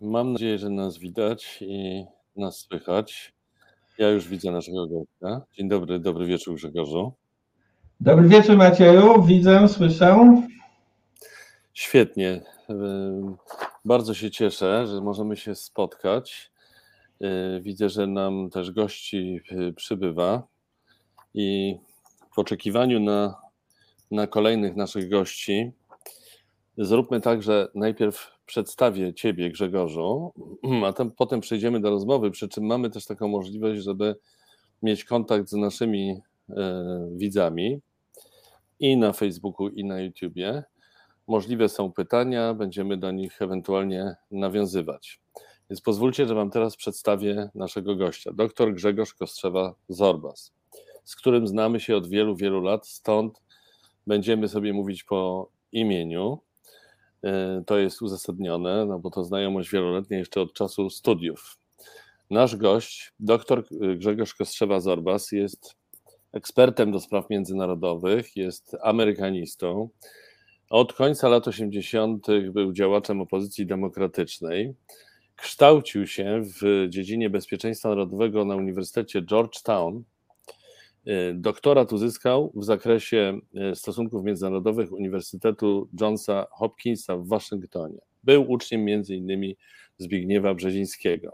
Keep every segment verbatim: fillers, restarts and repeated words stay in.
Mam nadzieję, że nas widać i nas słychać. Ja już widzę naszego gościa. Dzień dobry, dobry wieczór, Grzegorzu. Dobry wieczór, Macieju. Widzę, słyszę. Świetnie. Bardzo się cieszę, że możemy się spotkać. Widzę, że nam też gości przybywa i w oczekiwaniu na, na kolejnych naszych gości zróbmy tak, że najpierw przedstawię Ciebie, Grzegorzu, a tam, potem przejdziemy do rozmowy, przy czym mamy też taką możliwość, żeby mieć kontakt z naszymi e, widzami i na Facebooku, i na YouTubie. Możliwe są pytania, będziemy do nich ewentualnie nawiązywać. Więc pozwólcie, że Wam teraz przedstawię naszego gościa, dr Grzegorz Kostrzewa-Zorbas, z którym znamy się od wielu, wielu lat, stąd będziemy sobie mówić po imieniu. To jest uzasadnione, no bo to znajomość wieloletnia jeszcze od czasu studiów. Nasz gość, dr Grzegorz Kostrzewa-Zorbas, jest ekspertem do spraw międzynarodowych, jest amerykanistą. Od końca lat osiemdziesiątych był działaczem opozycji demokratycznej. Kształcił się w dziedzinie bezpieczeństwa narodowego na Uniwersytecie Georgetown. Doktorat uzyskał w zakresie stosunków międzynarodowych Uniwersytetu Johnsa Hopkinsa w Waszyngtonie. Był uczniem między innymi Zbigniewa Brzezińskiego.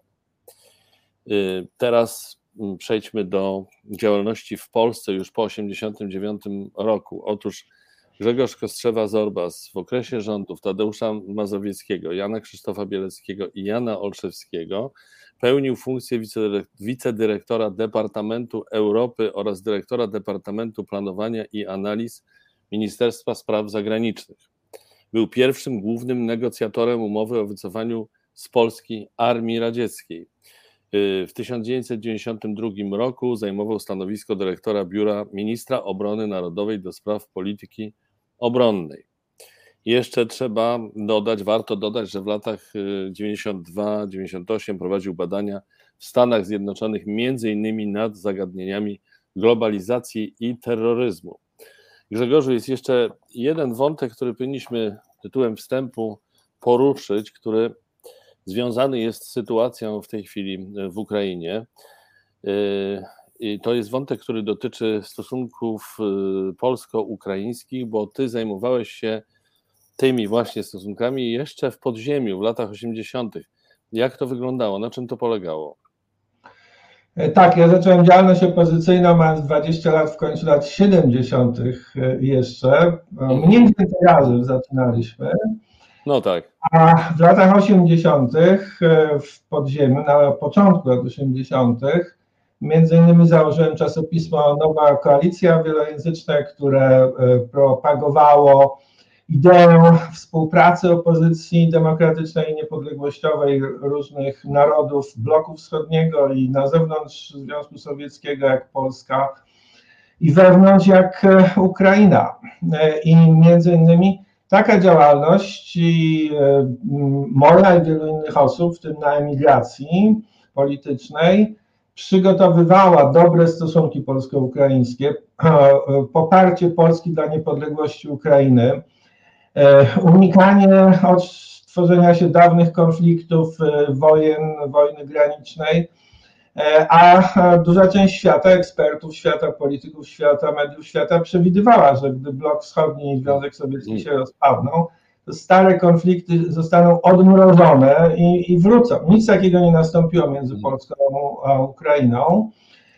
Teraz przejdźmy do działalności w Polsce już po osiemdziesiątym dziewiątym roku. Otóż Grzegorz Kostrzewa-Zorbas w okresie rządów Tadeusza Mazowieckiego, Jana Krzysztofa Bieleckiego i Jana Olszewskiego pełnił funkcję wicedyrektora Departamentu Europy oraz dyrektora Departamentu Planowania i Analiz Ministerstwa Spraw Zagranicznych. Był pierwszym głównym negocjatorem umowy o wycofaniu z Polski Armii Radzieckiej. W tysiąc dziewięćset dziewięćdziesiątym drugim roku zajmował stanowisko dyrektora Biura Ministra Obrony Narodowej do spraw polityki obronnej. Jeszcze trzeba dodać, warto dodać, że w latach dziewięćdziesiątym drugim do dziewięćdziesiątego ósmego prowadził badania w Stanach Zjednoczonych między innymi nad zagadnieniami globalizacji i terroryzmu. Grzegorzu, jest jeszcze jeden wątek, który powinniśmy tytułem wstępu poruszyć, który związany jest z sytuacją w tej chwili w Ukrainie. I to jest wątek, który dotyczy stosunków polsko-ukraińskich, bo ty zajmowałeś się tymi właśnie stosunkami jeszcze w podziemiu w latach osiemdziesiątych. Jak to wyglądało? Na czym to polegało? Tak, ja zacząłem działalność opozycyjną mając dwadzieścia lat, w końcu lat siedemdziesiątych jeszcze. Mniej więcej razem zaczynaliśmy. No tak. A w latach osiemdziesiątych w podziemiu, na początku lat osiemdziesiątych między innymi założyłem czasopismo Nowa Koalicja Wielojęzyczne, które propagowało ideę współpracy opozycji demokratycznej i niepodległościowej różnych narodów bloku wschodniego i na zewnątrz Związku Sowieckiego jak Polska i wewnątrz jak Ukraina. I między innymi taka działalność i moja i wielu innych osób, w tym na emigracji politycznej, przygotowywała dobre stosunki polsko-ukraińskie, poparcie Polski dla niepodległości Ukrainy, unikanie odtworzenia się dawnych konfliktów, wojen, wojny granicznej, a duża część świata, ekspertów świata, polityków świata, mediów świata przewidywała, że gdy blok wschodni i Związek Sowiecki się rozpadną, to stare konflikty zostaną odmrożone i, i wrócą. Nic takiego nie nastąpiło między Polską a Ukrainą.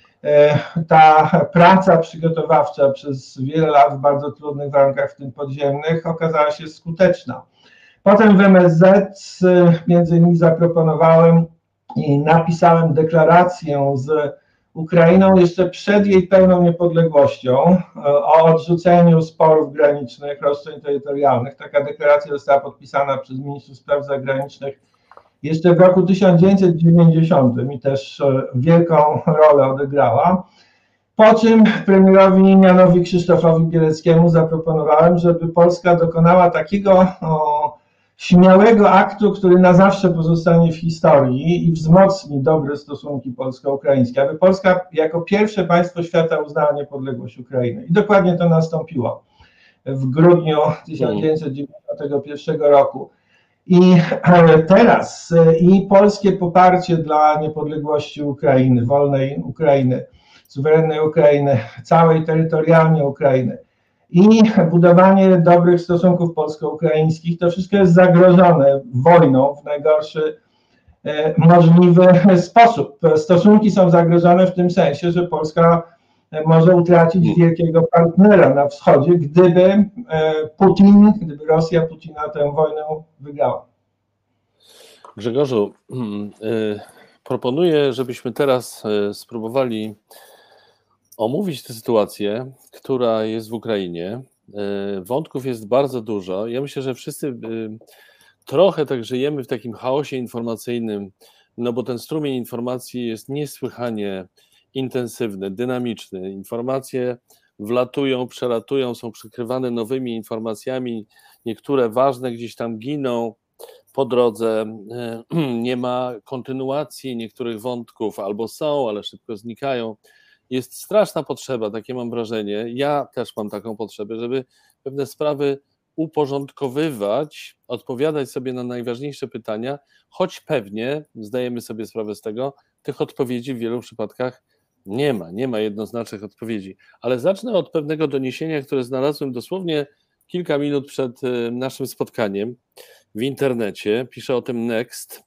Ta praca przygotowawcza przez wiele lat w bardzo trudnych warunkach, w tym podziemnych, okazała się skuteczna. Potem w M S Z między innymi zaproponowałem i napisałem deklarację z Ukrainą jeszcze przed jej pełną niepodległością o odrzuceniu sporów granicznych, roszczeń terytorialnych. Taka deklaracja została podpisana przez ministrów spraw zagranicznych jeszcze w roku tysiąc dziewięćset dziewięćdziesiątym i też wielką rolę odegrała. Po czym premierowi Janowi Krzysztofowi Bieleckiemu zaproponowałem, żeby Polska dokonała takiego o, śmiałego aktu, który na zawsze pozostanie w historii i wzmocni dobre stosunki polsko-ukraińskie, aby Polska jako pierwsze państwo świata uznała niepodległość Ukrainy. I dokładnie to nastąpiło w grudniu tysiąc dziewięćset dziewięćdziesiątego pierwszego roku. I teraz i polskie poparcie dla niepodległości Ukrainy, wolnej Ukrainy, suwerennej Ukrainy, całej terytorialnie Ukrainy i budowanie dobrych stosunków polsko-ukraińskich, to wszystko jest zagrożone wojną w najgorszy możliwy sposób. Stosunki są zagrożone w tym sensie, że Polska może utracić wielkiego partnera na wschodzie, gdyby Putin, gdyby Rosja Putina tę wojnę wygrała. Grzegorzu, proponuję, żebyśmy teraz spróbowali omówić tę sytuację, która jest w Ukrainie. Wątków jest bardzo dużo. Ja myślę, że wszyscy trochę tak żyjemy w takim chaosie informacyjnym, no bo ten strumień informacji jest niesłychanie intensywny, dynamiczny. Informacje wlatują, przelatują, są przykrywane nowymi informacjami. Niektóre ważne gdzieś tam giną po drodze. Nie ma kontynuacji niektórych wątków, albo są, ale szybko znikają. Jest straszna potrzeba, takie mam wrażenie. Ja też mam taką potrzebę, żeby pewne sprawy uporządkowywać, odpowiadać sobie na najważniejsze pytania, choć pewnie, zdajemy sobie sprawę z tego, tych odpowiedzi w wielu przypadkach nie ma, nie ma jednoznacznych odpowiedzi. Ale zacznę od pewnego doniesienia, które znalazłem dosłownie kilka minut przed naszym spotkaniem w internecie. Pisze o tym Next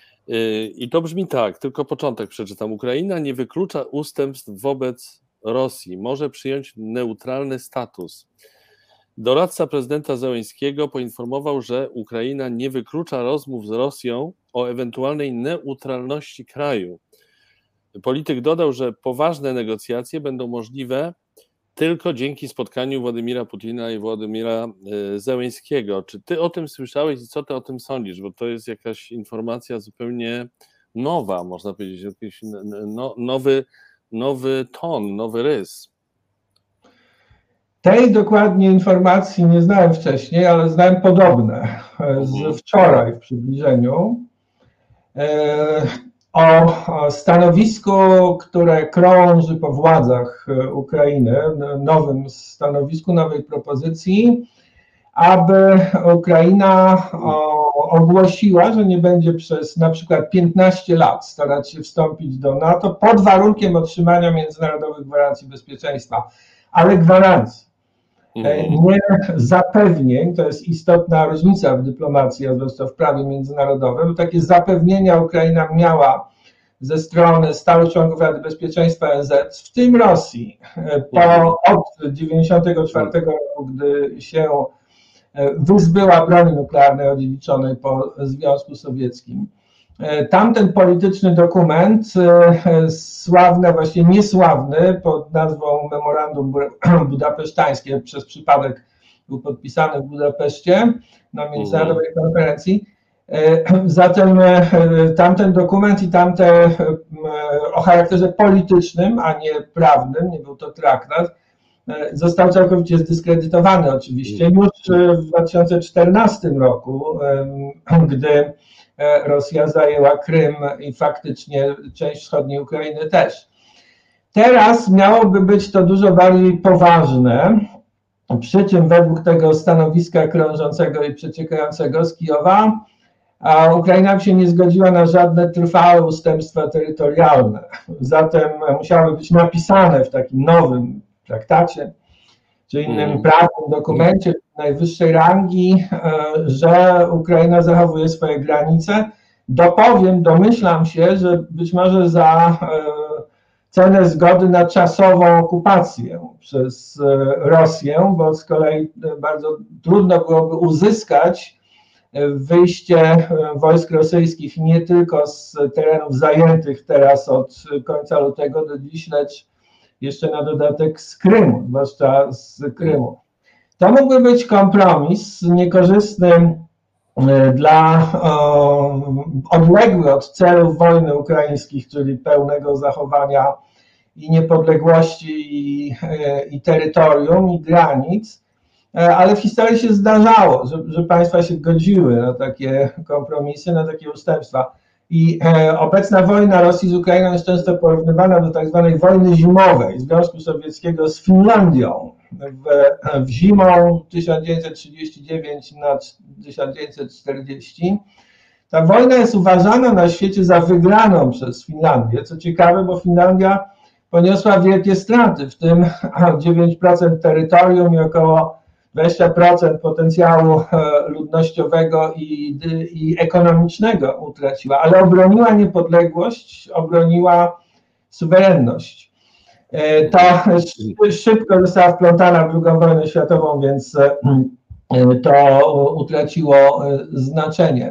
i to brzmi tak, tylko początek przeczytam. Ukraina nie wyklucza ustępstw wobec Rosji, może przyjąć neutralny status. Doradca prezydenta Zełenskiego poinformował, że Ukraina nie wyklucza rozmów z Rosją o ewentualnej neutralności kraju. Polityk dodał, że poważne negocjacje będą możliwe tylko dzięki spotkaniu Władimira Putina i Władimira Zełenskiego. Czy ty o tym słyszałeś i co ty o tym sądzisz? Bo to jest jakaś informacja zupełnie nowa, można powiedzieć, jakiś no, nowy, nowy ton, nowy rys. Tej dokładnie informacji nie znałem wcześniej, ale znałem podobne z wczoraj w przybliżeniu. O stanowisku, które krąży po władzach Ukrainy, nowym stanowisku, nowej propozycji, aby Ukraina ogłosiła, że nie będzie przez na przykład piętnaście lat starać się wstąpić do NATO pod warunkiem otrzymania międzynarodowych gwarancji bezpieczeństwa, ale gwarancji. Nie zapewnień, to jest istotna różnica w dyplomacji, a zwłaszcza w prawie międzynarodowym, takie zapewnienia Ukraina miała ze strony stałych członków Rady Bezpieczeństwa O N Z, w tym Rosji, po, od dziewięćdziesiątego czwartego roku, gdy się wyzbyła broni nuklearnej odziedziczonej po Związku Sowieckim. Tamten polityczny dokument, sławny, właśnie niesławny, pod nazwą Memorandum Budapesztańskie, przez przypadek był podpisany w Budapeszcie na międzynarodowej konferencji. Zatem tamten dokument i tamte o charakterze politycznym, a nie prawnym, nie był to traktat, został całkowicie zdyskredytowany oczywiście już w dwa tysiące czternastym roku, gdy Rosja zajęła Krym i faktycznie część wschodniej Ukrainy też. Teraz miałoby być to dużo bardziej poważne, przy czym według tego stanowiska krążącego i przeciekającego z Kijowa, a Ukraina by się nie zgodziła na żadne trwałe ustępstwa terytorialne. Zatem musiały być napisane w takim nowym traktacie czy innym mm. prawnym dokumencie najwyższej rangi, że Ukraina zachowuje swoje granice. Dopowiem, domyślam się, że być może za cenę zgody na czasową okupację przez Rosję, bo z kolei bardzo trudno byłoby uzyskać wyjście wojsk rosyjskich nie tylko z terenów zajętych teraz od końca lutego do dziś, lecz jeszcze na dodatek z Krymu, zwłaszcza z Krymu. To mógłby być kompromis niekorzystny dla, odległy od celów wojny ukraińskich, czyli pełnego zachowania i niepodległości, i, i terytorium, i granic, ale w historii się zdarzało, że, że państwa się godziły na takie kompromisy, na takie ustępstwa. I obecna wojna Rosji z Ukrainą jest często porównywana do tak zwanej wojny zimowej Związku Sowieckiego z Finlandią. W, w zimą tysiąc dziewięćset trzydziesty dziewiąty na tysiąc dziewięćset czterdziesty ta wojna jest uważana na świecie za wygraną przez Finlandię. Co ciekawe, bo Finlandia poniosła wielkie straty, w tym dziewięć procent terytorium i około dwadzieścia procent potencjału ludnościowego i, i ekonomicznego utraciła, ale obroniła niepodległość, obroniła suwerenność. To szybko została wplątana w drugą wojnę światową, więc to utraciło znaczenie.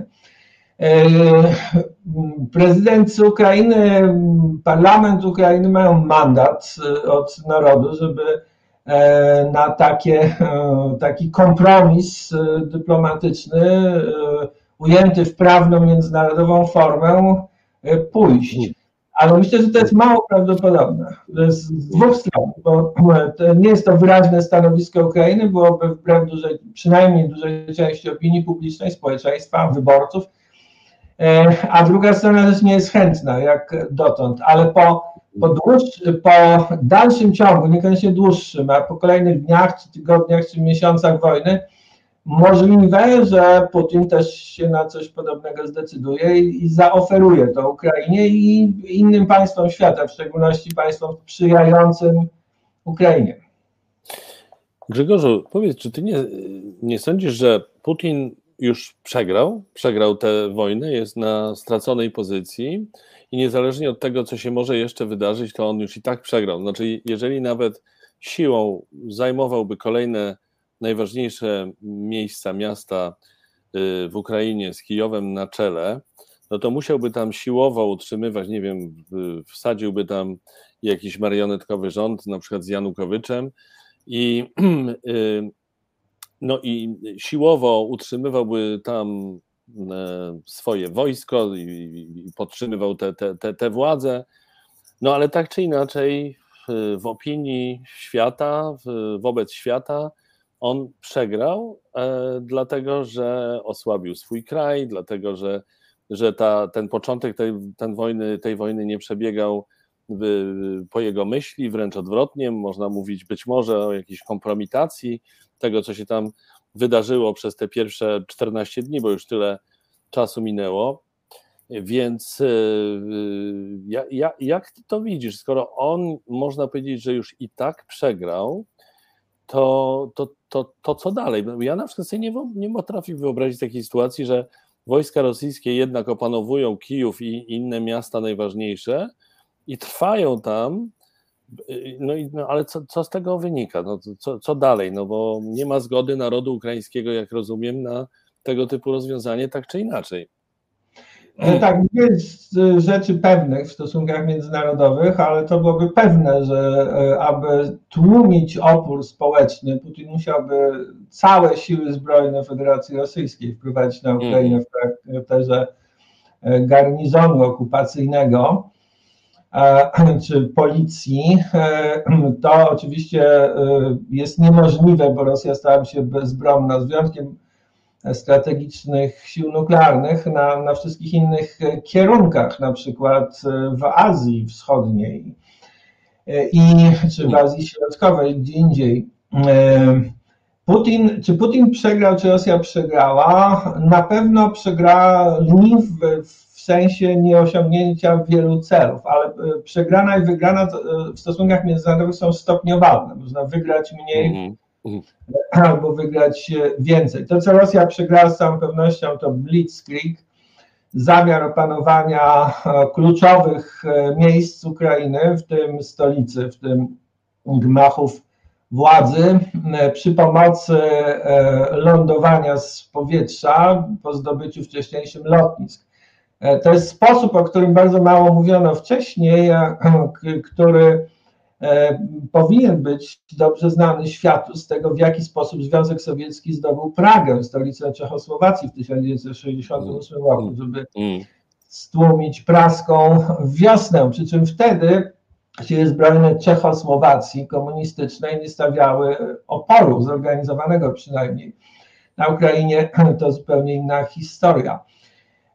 Prezydent z Ukrainy, parlament Ukrainy mają mandat od narodu, żeby na takie, taki kompromis dyplomatyczny ujęty w prawną międzynarodową formę pójść. Ale myślę, że to jest mało prawdopodobne. To jest z dwóch stron, bo nie jest to wyraźne stanowisko Ukrainy, byłoby wbrew dużej, przynajmniej dużej części opinii publicznej, społeczeństwa, wyborców, a druga strona też nie jest chętna, jak dotąd, ale po, po, dłuższy, po dalszym ciągu, niekoniecznie dłuższym, a po kolejnych dniach, czy tygodniach, czy miesiącach wojny, możliwe, że Putin też się na coś podobnego zdecyduje i, i zaoferuje to Ukrainie i innym państwom świata, w szczególności państwom sprzyjającym Ukrainie. Grzegorzu, powiedz, czy ty nie, nie sądzisz, że Putin już przegrał, przegrał tę wojnę, jest na straconej pozycji i niezależnie od tego, co się może jeszcze wydarzyć, to on już i tak przegrał. Znaczy, jeżeli nawet siłą zajmowałby kolejne najważniejsze miejsca, miasta w Ukrainie z Kijowem na czele, no to musiałby tam siłowo utrzymywać, nie wiem, wsadziłby tam jakiś marionetkowy rząd, na przykład z Janukowiczem i no i siłowo utrzymywałby tam swoje wojsko i, i podtrzymywał te, te, te, te władze, no ale tak czy inaczej w, w opinii świata, w, wobec świata on przegrał, e, dlatego że osłabił swój kraj, dlatego że, że ta, ten początek tej, ten wojny, tej wojny nie przebiegał w, po jego myśli, wręcz odwrotnie, można mówić być może o jakiejś kompromitacji tego, co się tam wydarzyło przez te pierwsze czternaście dni, bo już tyle czasu minęło, więc ja, ja, jak ty to widzisz, skoro on, można powiedzieć, że już i tak przegrał, to, to, to, to co dalej? Ja na przykład sobie nie, nie potrafię wyobrazić takiej sytuacji, że wojska rosyjskie jednak opanowują Kijów i inne miasta najważniejsze i trwają tam, no, i, no ale co, co z tego wynika? No, co, co dalej? No bo nie ma zgody narodu ukraińskiego, jak rozumiem, na tego typu rozwiązanie, tak czy inaczej. Tak, nie jest rzeczy pewnych w stosunkach międzynarodowych, ale to byłoby pewne, że aby tłumić opór społeczny, Putin musiałby całe siły zbrojne Federacji Rosyjskiej wprowadzić na Ukrainę w charakterze garnizonu okupacyjnego czy policji. To oczywiście jest niemożliwe, bo Rosja stała się bezbronna, z wyjątkiem strategicznych sił nuklearnych na, na wszystkich innych kierunkach, na przykład w Azji Wschodniej i czy w Azji Środkowej, gdzie indziej. Putin, czy Putin przegrał, czy Rosja przegrała? Na pewno przegrali w, w sensie nieosiągnięcia wielu celów, ale przegrana i wygrana w stosunkach międzynarodowych są stopniowalne. Można wygrać mniej, mm-hmm. albo wygrać więcej. To, co Rosja przegrała z całą pewnością, to Blitzkrieg, zamiar opanowania kluczowych miejsc Ukrainy, w tym stolicy, w tym gmachów władzy, przy pomocy lądowania z powietrza po zdobyciu wcześniejszym lotnisk. To jest sposób, o którym bardzo mało mówiono wcześniej, który powinien być dobrze znany światu z tego, w jaki sposób Związek Sowiecki zdobył Pragę, stolicę Czechosłowacji w tysiąc dziewięćset sześćdziesiątym ósmym roku, żeby stłumić praską wiosnę, przy czym wtedy siły zbrojne Czechosłowacji komunistycznej nie stawiały oporu, zorganizowanego przynajmniej. Na Ukrainie to zupełnie inna historia.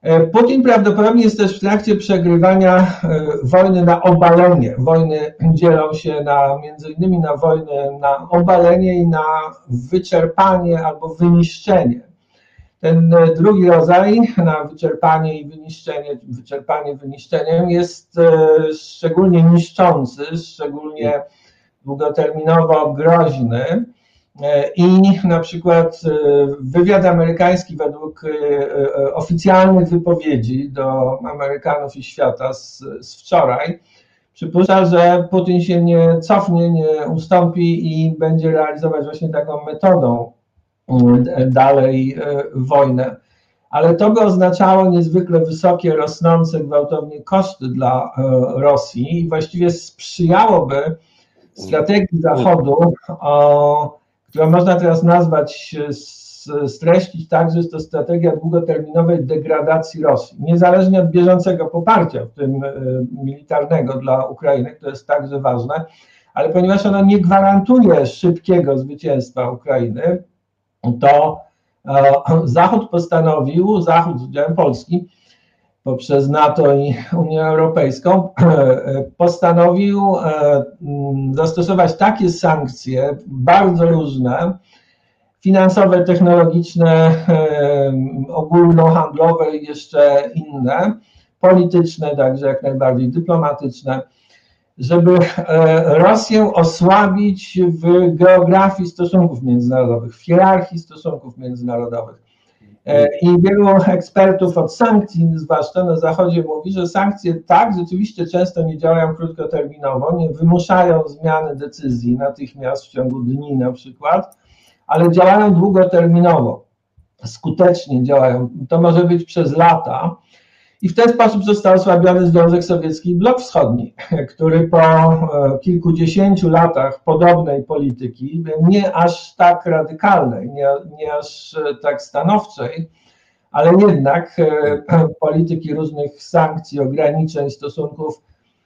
Putin prawdopodobnie jest też w trakcie przegrywania wojny na obalenie. Wojny dzielą się na, między innymi na wojnę na obalenie i na wyczerpanie albo wyniszczenie. Ten drugi rodzaj, na wyczerpanie i wyniszczenie, wyczerpanie wyniszczeniem, jest szczególnie niszczący, szczególnie długoterminowo groźny. I na przykład wywiad amerykański według oficjalnych wypowiedzi do Amerykanów i świata z, z wczoraj przypuszcza, że Putin się nie cofnie, nie ustąpi i będzie realizować właśnie taką metodą dalej wojnę. Ale to by oznaczało niezwykle wysokie, rosnące gwałtownie koszty dla Rosji i właściwie sprzyjałoby strategii Zachodu, o, którą można teraz nazwać, streścić tak, że jest to strategia długoterminowej degradacji Rosji, niezależnie od bieżącego poparcia, w tym militarnego dla Ukrainy, to jest także ważne, ale ponieważ ono nie gwarantuje szybkiego zwycięstwa Ukrainy, to Zachód postanowił, Zachód z udziałem Polski, poprzez NATO i Unię Europejską, postanowił zastosować takie sankcje, bardzo różne, finansowe, technologiczne, ogólnohandlowe i jeszcze inne, polityczne, także jak najbardziej dyplomatyczne, żeby Rosję osłabić w geografii stosunków międzynarodowych, w hierarchii stosunków międzynarodowych. I wielu ekspertów od sankcji, zwłaszcza na Zachodzie, mówi, że sankcje tak rzeczywiście często nie działają krótkoterminowo, nie wymuszają zmiany decyzji natychmiast w ciągu dni na przykład, ale działają długoterminowo, skutecznie działają. To może być przez lata. I w ten sposób został osłabiony Związek Sowiecki i Blok Wschodni, który po kilkudziesięciu latach podobnej polityki, nie aż tak radykalnej, nie, nie aż tak stanowczej, ale jednak polityki różnych sankcji, ograniczeń stosunków,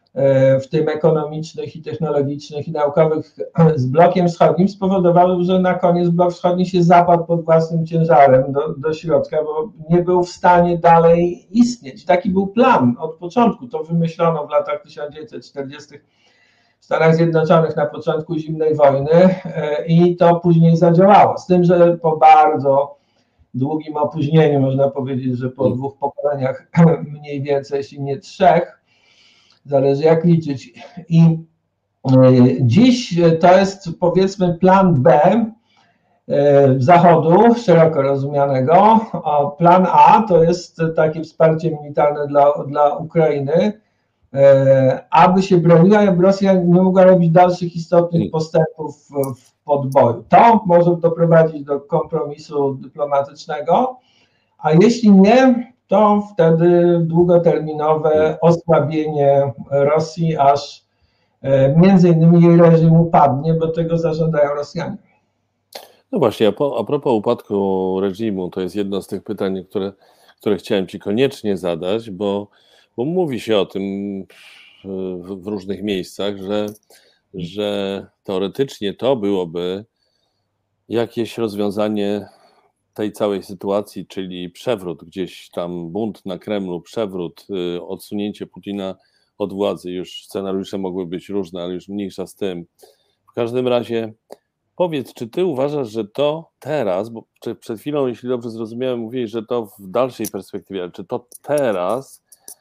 w tym ekonomicznych i technologicznych i naukowych z Blokiem Wschodnim, spowodowały, że na koniec Blok Wschodni się zapadł pod własnym ciężarem do, do środka, bo nie był w stanie dalej istnieć. Taki był plan od początku. To wymyślono w latach tysiąc dziewięćset czterdziestych w Stanach Zjednoczonych na początku zimnej wojny i to później zadziałało. Z tym, że po bardzo długim opóźnieniu, można powiedzieć, że po dwóch pokoleniach mniej więcej, jeśli nie trzech, zależy jak liczyć. I dziś to jest, powiedzmy, plan B Zachodu, szeroko rozumianego. A plan A to jest takie wsparcie militarne dla, dla Ukrainy, aby się broniła, aby Rosja nie mogła robić dalszych istotnych postępów w podboju. To może doprowadzić do kompromisu dyplomatycznego, a jeśli nie, to wtedy długoterminowe osłabienie Rosji, aż między innymi jej reżim upadnie, bo tego zażądają Rosjanie. No właśnie, a, po, a propos upadku reżimu, to jest jedno z tych pytań, które, które chciałem Ci koniecznie zadać, bo, bo mówi się o tym w, w różnych miejscach, że, że teoretycznie to byłoby jakieś rozwiązanie tej całej sytuacji, czyli przewrót gdzieś tam, bunt na Kremlu, przewrót, odsunięcie Putina od władzy. Już scenariusze mogły być różne, ale już mniejsza z tym. W każdym razie powiedz, czy ty uważasz, że to teraz, bo przed chwilą, jeśli dobrze zrozumiałem, mówiłeś, że to w dalszej perspektywie, ale czy to teraz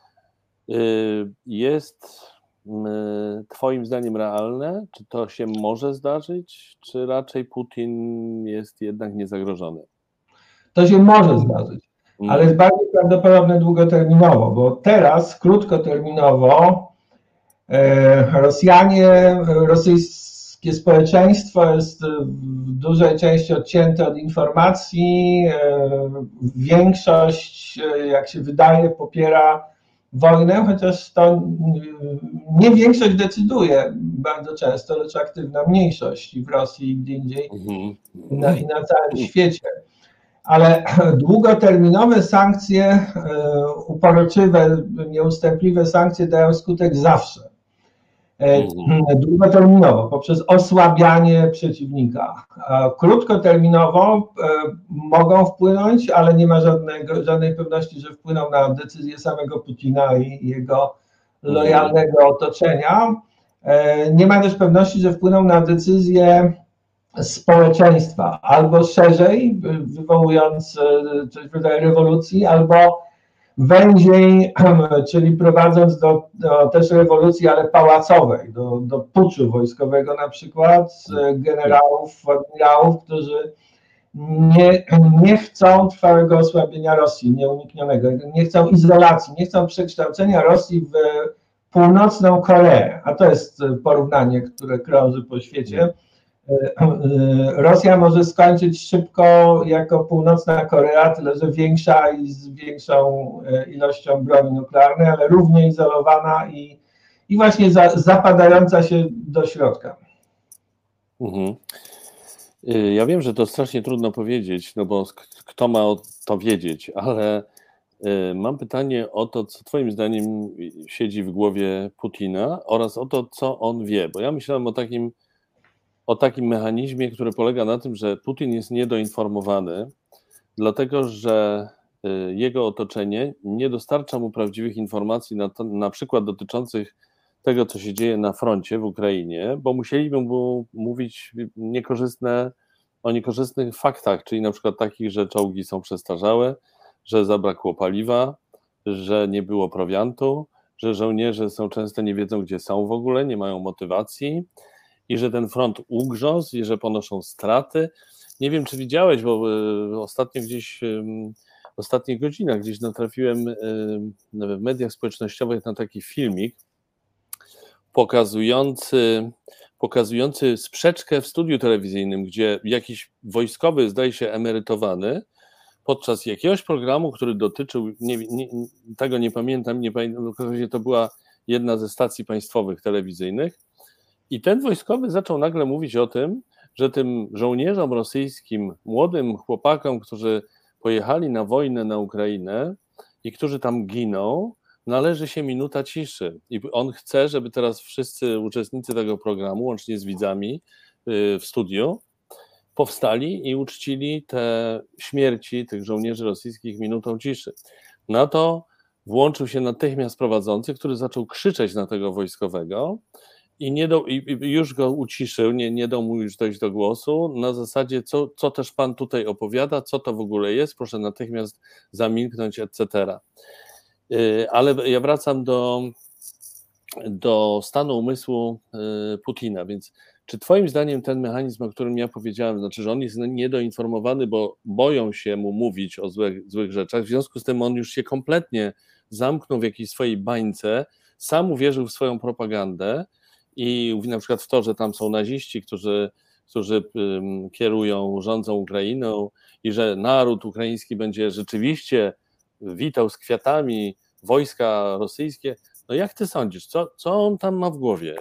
jest twoim zdaniem realne? Czy to się może zdarzyć? Czy raczej Putin jest jednak niezagrożony? To się może zdarzyć, ale jest bardziej prawdopodobne długoterminowo, bo teraz krótkoterminowo Rosjanie, rosyjskie społeczeństwo jest w dużej części odcięte od informacji. Większość, jak się wydaje, popiera wojnę, chociaż to nie większość decyduje bardzo często, lecz aktywna mniejszość i w Rosji i gdzie indziej i na, i na całym świecie. Ale długoterminowe sankcje, uporoczywe, nieustępliwe sankcje dają skutek zawsze. długoterminowo, poprzez osłabianie przeciwnika. Krótkoterminowo mogą wpłynąć, ale nie ma żadnego, żadnej pewności, że wpłyną na decyzję samego Putina i jego lojalnego otoczenia. Nie ma też pewności, że wpłyną na decyzję społeczeństwa, albo szerzej, wywołując coś w rodzaju rewolucji, albo węziej, czyli prowadząc do, do też rewolucji, ale pałacowej, do, do puczu wojskowego na przykład, generałów, admirałów, którzy nie, nie chcą trwałego osłabienia Rosji, nieuniknionego, nie chcą izolacji, nie chcą przekształcenia Rosji w północną Koreę, a to jest porównanie, które krąży po świecie. Rosja może skończyć szybko jako północna Korea, tyle że większa i z większą ilością broni nuklearnej, ale równie izolowana i, i właśnie za, zapadająca się do środka. Mhm. Ja wiem, że to strasznie trudno powiedzieć, no bo kto ma to wiedzieć, ale mam pytanie o to, co twoim zdaniem siedzi w głowie Putina oraz o to, co on wie, bo ja myślałem o takim o takim mechanizmie, który polega na tym, że Putin jest niedoinformowany, dlatego że jego otoczenie nie dostarcza mu prawdziwych informacji, na, to, na przykład dotyczących tego, co się dzieje na froncie w Ukrainie, bo musieliby mu mówić niekorzystne, o niekorzystnych faktach, czyli na przykład takich, że czołgi są przestarzałe, że zabrakło paliwa, że nie było prowiantu, że żołnierze są często nie wiedzą, gdzie są w ogóle, nie mają motywacji, i że ten front ugrzązł i że ponoszą straty. Nie wiem, czy widziałeś, bo ostatnio gdzieś, w ostatnich godzinach gdzieś natrafiłem w mediach społecznościowych na taki filmik pokazujący, pokazujący sprzeczkę w studiu telewizyjnym, gdzie jakiś wojskowy, zdaje się emerytowany, podczas jakiegoś programu, który dotyczył, nie, nie, tego nie pamiętam, nie pamiętam, to była jedna ze stacji państwowych telewizyjnych, i ten wojskowy zaczął nagle mówić o tym, że tym żołnierzom rosyjskim, młodym chłopakom, którzy pojechali na wojnę na Ukrainę i którzy tam giną, należy się minuta ciszy. I on chce, żeby teraz wszyscy uczestnicy tego programu, łącznie z widzami w studiu, powstali i uczcili te śmierci tych żołnierzy rosyjskich minutą ciszy. Na to włączył się natychmiast prowadzący, który zaczął krzyczeć na tego wojskowego, I, nie do, i już go uciszył, nie, nie dał mu już dojść do głosu, na zasadzie, co, co też pan tutaj opowiada, co to w ogóle jest, proszę natychmiast zamilknąć, et cetera. Ale ja wracam do, do stanu umysłu Putina, więc czy twoim zdaniem ten mechanizm, o którym ja powiedziałem, znaczy, że on jest niedoinformowany, bo boją się mu mówić o złych, złych rzeczach, w związku z tym on już się kompletnie zamknął w jakiejś swojej bańce, sam uwierzył w swoją propagandę, i na przykład w to, że tam są naziści, którzy, którzy kierują, rządzą Ukrainą i że naród ukraiński będzie rzeczywiście witał z kwiatami wojska rosyjskie. No jak ty sądzisz, co, co on tam ma w głowie?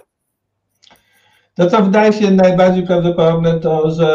To, co wydaje się najbardziej prawdopodobne, to, że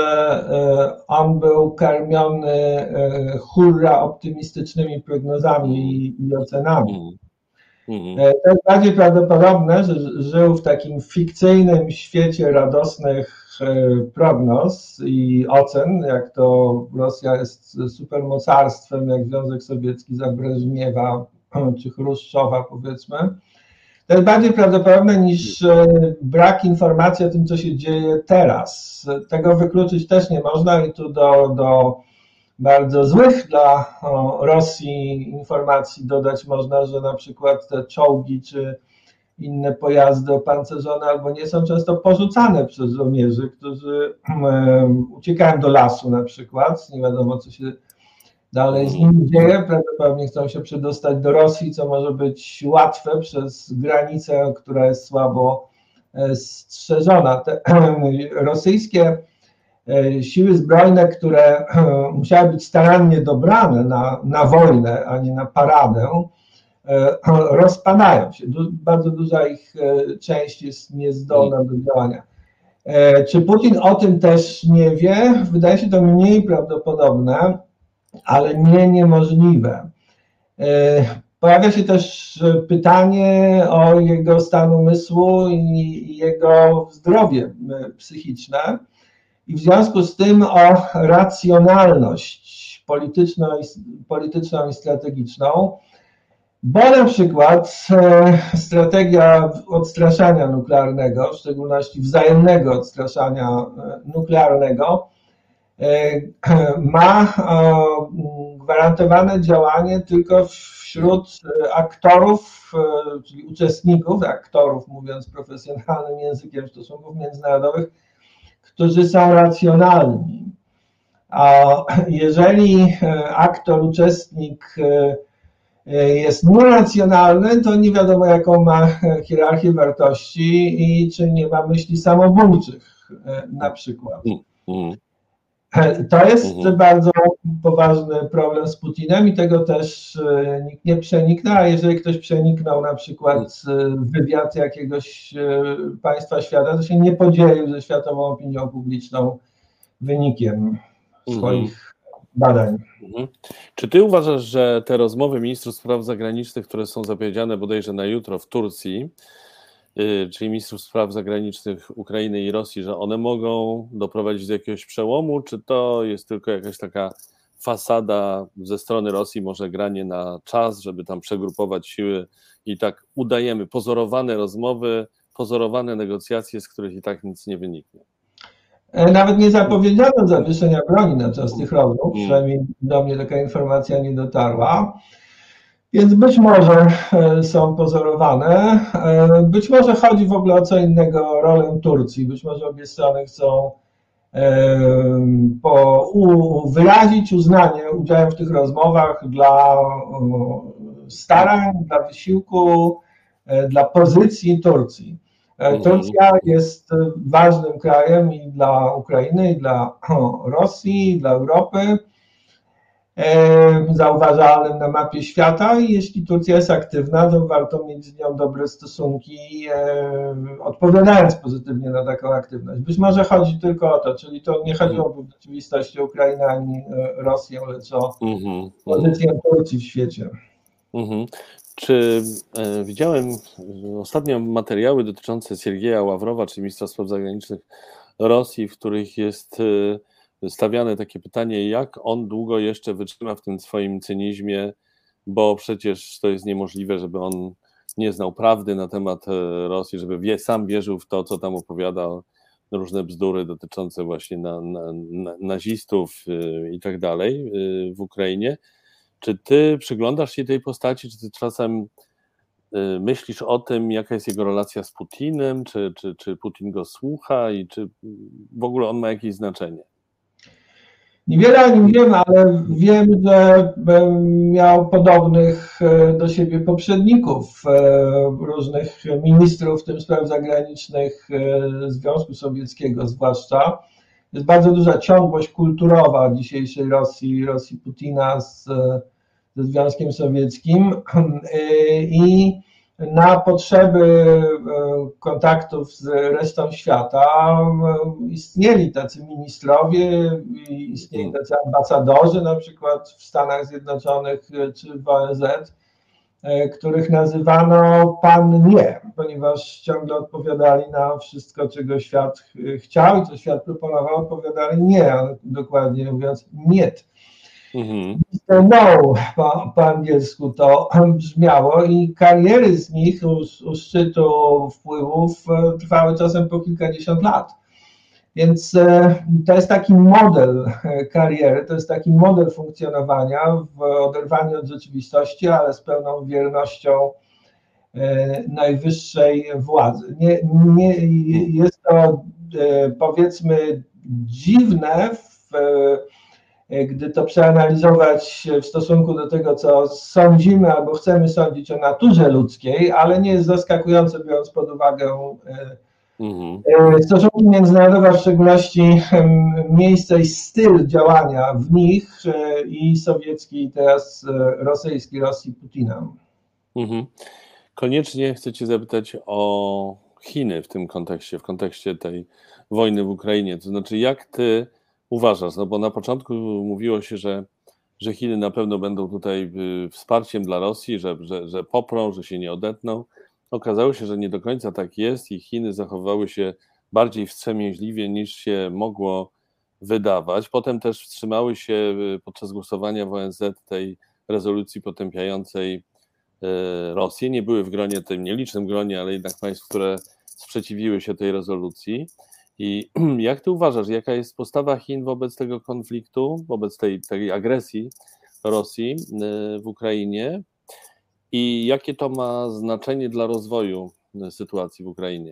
on był karmiony hurra optymistycznymi prognozami i ocenami. Mm. Mm-hmm. To jest bardziej prawdopodobne, że żył w takim fikcyjnym świecie radosnych prognoz i ocen, jak to Rosja jest supermocarstwem, jak Związek Sowiecki za Breżniewa czy Chruszczowa, powiedzmy. To jest bardziej prawdopodobne niż brak informacji o tym, co się dzieje teraz. Tego wykluczyć też nie można i tu do, do bardzo złych dla Rosji informacji dodać można, że na przykład te czołgi czy inne pojazdy opancerzone albo nie są często porzucane przez żołnierzy, którzy uciekają do lasu na przykład, nie wiadomo, co się dalej z nimi dzieje, prawdopodobnie chcą się przedostać do Rosji, co może być łatwe przez granicę, która jest słabo strzeżona. Te rosyjskie siły zbrojne, które musiały być starannie dobrane na, na wojnę, a nie na paradę, rozpadają się. Bardzo duża ich część jest niezdolna do działania. Czy Putin o tym też nie wie? Wydaje się to mniej prawdopodobne, ale nie niemożliwe. Pojawia się też pytanie o jego stan umysłu i jego zdrowie psychiczne i w związku z tym o racjonalność polityczną, polityczną i strategiczną, bo na przykład strategia odstraszania nuklearnego, w szczególności wzajemnego odstraszania nuklearnego, ma gwarantowane działanie tylko wśród aktorów, czyli uczestników, aktorów mówiąc profesjonalnym językiem stosunków międzynarodowych, którzy są racjonalni. A jeżeli aktor, uczestnik jest nieracjonalny, to nie wiadomo, jaką ma hierarchię wartości i czy nie ma myśli samobójczych na przykład. To jest mhm. bardzo poważny problem z Putinem i tego też nikt nie przeniknął, a jeżeli ktoś przeniknął na przykład wywiad jakiegoś państwa świata, to się nie podzielił ze światową opinią publiczną wynikiem swoich mhm. badań. Mhm. Czy ty uważasz, że te rozmowy ministrów spraw zagranicznych, które są zapowiedziane bodajże na jutro w Turcji, czyli ministrów spraw zagranicznych Ukrainy i Rosji, że one mogą doprowadzić do jakiegoś przełomu, czy to jest tylko jakaś taka fasada ze strony Rosji, może granie na czas, żeby tam przegrupować siły i tak udajemy pozorowane rozmowy, pozorowane negocjacje, z których i tak nic nie wyniknie? Nawet nie zapowiedziano zawieszenia broni na czas tych rozmów, przynajmniej do mnie taka informacja nie dotarła. Więc być może są pozorowane, być może chodzi w ogóle o co innego, o rolę Turcji, być może obie strony chcą po, u, wyrazić uznanie udziałem w tych rozmowach dla starań, dla wysiłku, dla pozycji Turcji. Turcja jest ważnym krajem i dla Ukrainy, i dla Rosji, i dla Europy, zauważalnym na mapie świata i jeśli Turcja jest aktywna, to warto mieć z nią dobre stosunki, odpowiadając pozytywnie na taką aktywność. Być może chodzi tylko o to, czyli to nie chodziłoby w rzeczywistości o Ukrainę ani Rosję, lecz o mm-hmm. pozycję Turcji w świecie. Mm-hmm. Czy e, widziałem ostatnio materiały dotyczące Siergieja Ławrowa, czyli ministra spraw zagranicznych Rosji, w których jest e, stawiane takie pytanie, jak on długo jeszcze wytrzyma w tym swoim cynizmie, bo przecież to jest niemożliwe, żeby on nie znał prawdy na temat Rosji, żeby wie, sam wierzył w to, co tam opowiada, różne bzdury dotyczące właśnie na, na, na, nazistów i tak dalej w Ukrainie. Czy ty przyglądasz się tej postaci, czy ty czasem myślisz o tym, jaka jest jego relacja z Putinem, czy, czy, czy Putin go słucha i czy w ogóle on ma jakieś znaczenie? Niewiele o nim wiem, ale wiem, że miał podobnych do siebie poprzedników, różnych ministrów, w tym spraw zagranicznych Związku Sowieckiego zwłaszcza. Jest bardzo duża ciągłość kulturowa dzisiejszej Rosji, Rosji Putina z, ze Związkiem Sowieckim i na potrzeby kontaktów z resztą świata istnieli tacy ministrowie, istnieli tacy ambasadorzy, na przykład w Stanach Zjednoczonych czy w O N Z, których nazywano pan nie, ponieważ ciągle odpowiadali na wszystko, czego świat chciał i co świat proponował, odpowiadali nie, ale dokładnie mówiąc nie. Mhm. No, po, po angielsku to brzmiało i kariery z nich u, u szczytu wpływów trwały czasem po kilkadziesiąt lat. Więc to jest taki model kariery, to jest taki model funkcjonowania w oderwaniu od rzeczywistości, ale z pełną wiernością najwyższej władzy. Nie, nie, jest to powiedzmy dziwne, w, gdy to przeanalizować w stosunku do tego, co sądzimy albo chcemy sądzić o naturze ludzkiej, ale nie jest zaskakujące, biorąc pod uwagę Mhm. stosunki międzynarodowe, w szczególności miejsce i styl działania w nich i sowiecki, i teraz rosyjski, Rosji Putina. Mhm. Koniecznie chcę cię zapytać o Chiny w tym kontekście, w kontekście tej wojny w Ukrainie. To znaczy, jak ty uważasz, no bo na początku mówiło się, że że Chiny na pewno będą tutaj wsparciem dla Rosji, że, że, że poprą, że się nie odetną. Okazało się, że nie do końca tak jest i Chiny zachowały się bardziej wstrzemięźliwie niż się mogło wydawać. Potem też wstrzymały się podczas głosowania w O N Z tej rezolucji potępiającej Rosję. Nie były w gronie, tym nielicznym gronie, ale jednak państw, które sprzeciwiły się tej rezolucji. I jak ty uważasz, jaka jest postawa Chin wobec tego konfliktu, wobec tej, tej agresji Rosji w Ukrainie i jakie to ma znaczenie dla rozwoju sytuacji w Ukrainie?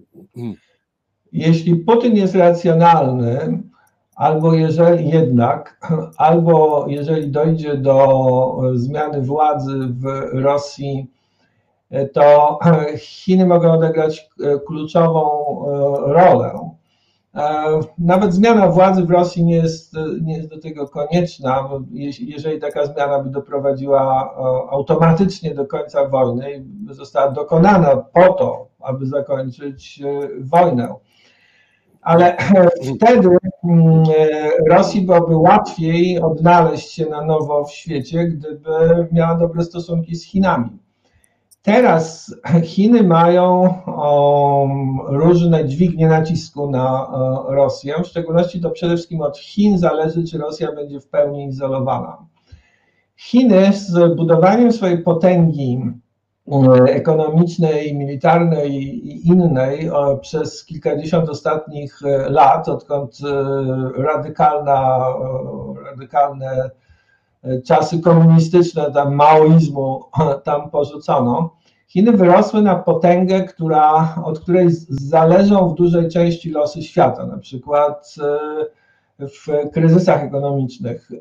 Jeśli Putin jest racjonalny, albo jeżeli jednak, albo jeżeli dojdzie do zmiany władzy w Rosji, to Chiny mogą odegrać kluczową rolę. Nawet zmiana władzy w Rosji nie jest, nie jest do tego konieczna, jeżeli taka zmiana by doprowadziła automatycznie do końca wojny i by została dokonana po to, aby zakończyć wojnę. Ale wtedy Rosji byłoby łatwiej odnaleźć się na nowo w świecie, gdyby miała dobre stosunki z Chinami. Teraz Chiny mają różne dźwignie nacisku na Rosję, w szczególności to przede wszystkim od Chin zależy, czy Rosja będzie w pełni izolowana. Chiny z budowaniem swojej potęgi ekonomicznej, militarnej i innej przez kilkadziesiąt ostatnich lat, odkąd radykalna, radykalne czasy komunistyczne, tam maoizmu tam porzucono, Chiny wyrosły na potęgę, która, od której zależą w dużej części losy świata, na przykład w kryzysach ekonomicznych.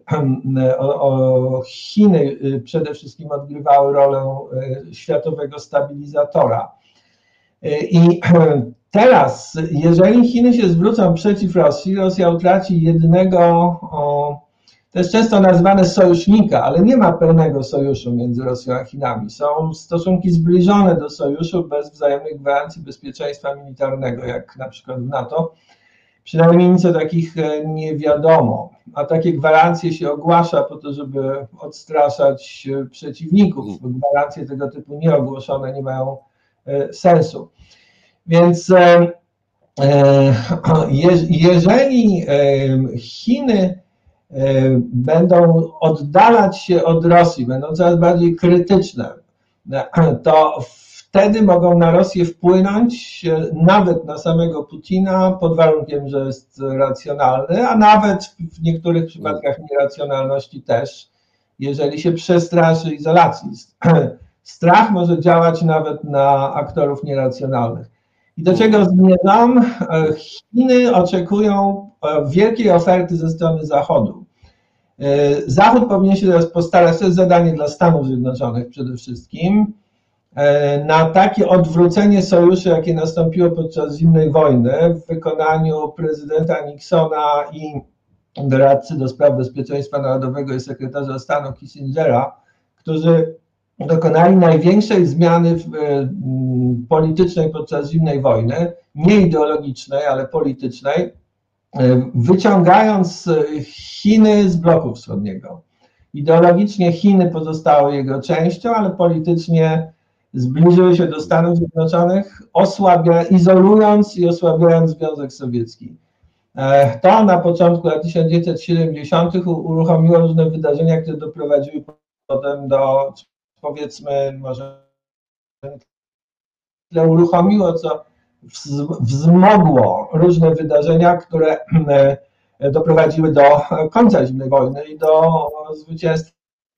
Chiny przede wszystkim odgrywały rolę światowego stabilizatora. I teraz, jeżeli Chiny się zwrócą przeciw Rosji, Rosja utraci jednego, to jest często nazywane sojusznika, ale nie ma pełnego sojuszu między Rosją a Chinami. Są stosunki zbliżone do sojuszu bez wzajemnych gwarancji bezpieczeństwa militarnego, jak na przykład w NATO. Przynajmniej nic o takich nie wiadomo, a takie gwarancje się ogłasza po to, żeby odstraszać przeciwników. Gwarancje tego typu nieogłoszone nie mają sensu. Więc jeżeli Chiny będą oddalać się od Rosji, będą coraz bardziej krytyczne, to wtedy mogą na Rosję wpłynąć, nawet na samego Putina, pod warunkiem, że jest racjonalny, a nawet w niektórych przypadkach nieracjonalności też, jeżeli się przestraszy izolacji. Strach może działać nawet na aktorów nieracjonalnych. I do czego zmierzam? Chiny oczekują wielkiej oferty ze strony Zachodu. Zachód powinien się teraz postarać, to jest zadanie dla Stanów Zjednoczonych przede wszystkim, na takie odwrócenie sojuszu, jakie nastąpiło podczas zimnej wojny w wykonaniu prezydenta Nixona i doradcy do spraw bezpieczeństwa narodowego i sekretarza stanu Kissingera, którzy dokonali największej zmiany politycznej podczas zimnej wojny, nie ideologicznej, ale politycznej, wyciągając Chiny z bloku wschodniego. Ideologicznie Chiny pozostały jego częścią, ale politycznie zbliżyły się do Stanów Zjednoczonych, osłabia, izolując i osłabiając Związek Sowiecki. To na początku lat tysiąc dziewięćset siedemdziesiątych uruchomiło różne wydarzenia, które doprowadziły potem do, powiedzmy, może uruchomiło, co wzmogło różne wydarzenia, które doprowadziły do końca zimnej wojny i do zwycięstwa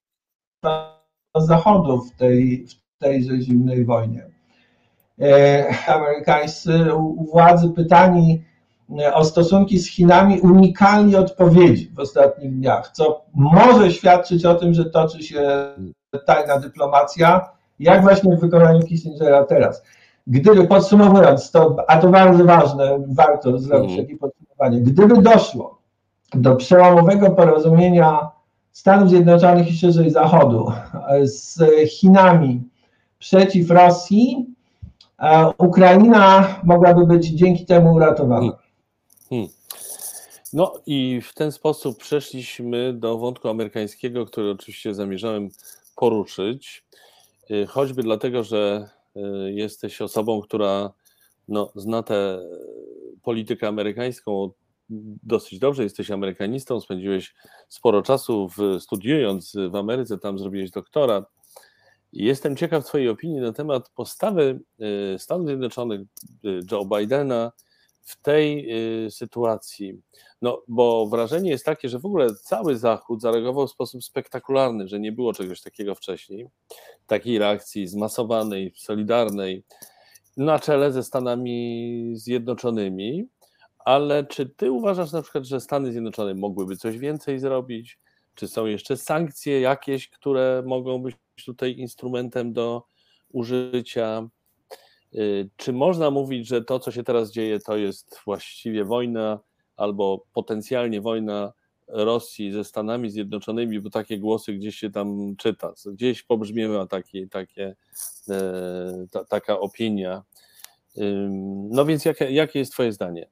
Zachodu w tej, w tejże zimnej wojnie. Amerykańscy władzy pytani o stosunki z Chinami unikali odpowiedzi w ostatnich dniach, co może świadczyć o tym, że toczy się tajna dyplomacja, jak właśnie w wykonaniu Kissingera teraz. Gdyby, podsumowując, to, a to bardzo ważne, warto zrobić takie podsumowanie, gdyby doszło do przełomowego porozumienia Stanów Zjednoczonych i szerzej Zachodu z Chinami przeciw Rosji, Ukraina mogłaby być dzięki temu uratowana. Hmm. Hmm. No i w ten sposób przeszliśmy do wątku amerykańskiego, który oczywiście zamierzałem poruszyć, choćby dlatego, że jesteś osobą, która no, zna tę politykę amerykańską dosyć dobrze, jesteś amerykanistą, spędziłeś sporo czasu w, studiując w Ameryce, tam zrobiłeś doktorat. Jestem ciekaw twojej opinii na temat postawy Stanów Zjednoczonych, Joe Bidena w tej sytuacji. No, bo wrażenie jest takie, że w ogóle cały Zachód zareagował w sposób spektakularny, że nie było czegoś takiego wcześniej, takiej reakcji zmasowanej, solidarnej, na czele ze Stanami Zjednoczonymi. Ale czy ty uważasz na przykład, że Stany Zjednoczone mogłyby coś więcej zrobić? Czy są jeszcze sankcje jakieś, które mogą być tutaj instrumentem do użycia? Czy można mówić, że to, co się teraz dzieje, to jest właściwie wojna albo potencjalnie wojna Rosji ze Stanami Zjednoczonymi, bo takie głosy gdzieś się tam czyta, gdzieś pobrzmiewa takie, takie, ta, taka opinia. No więc jakie, jakie jest twoje zdanie?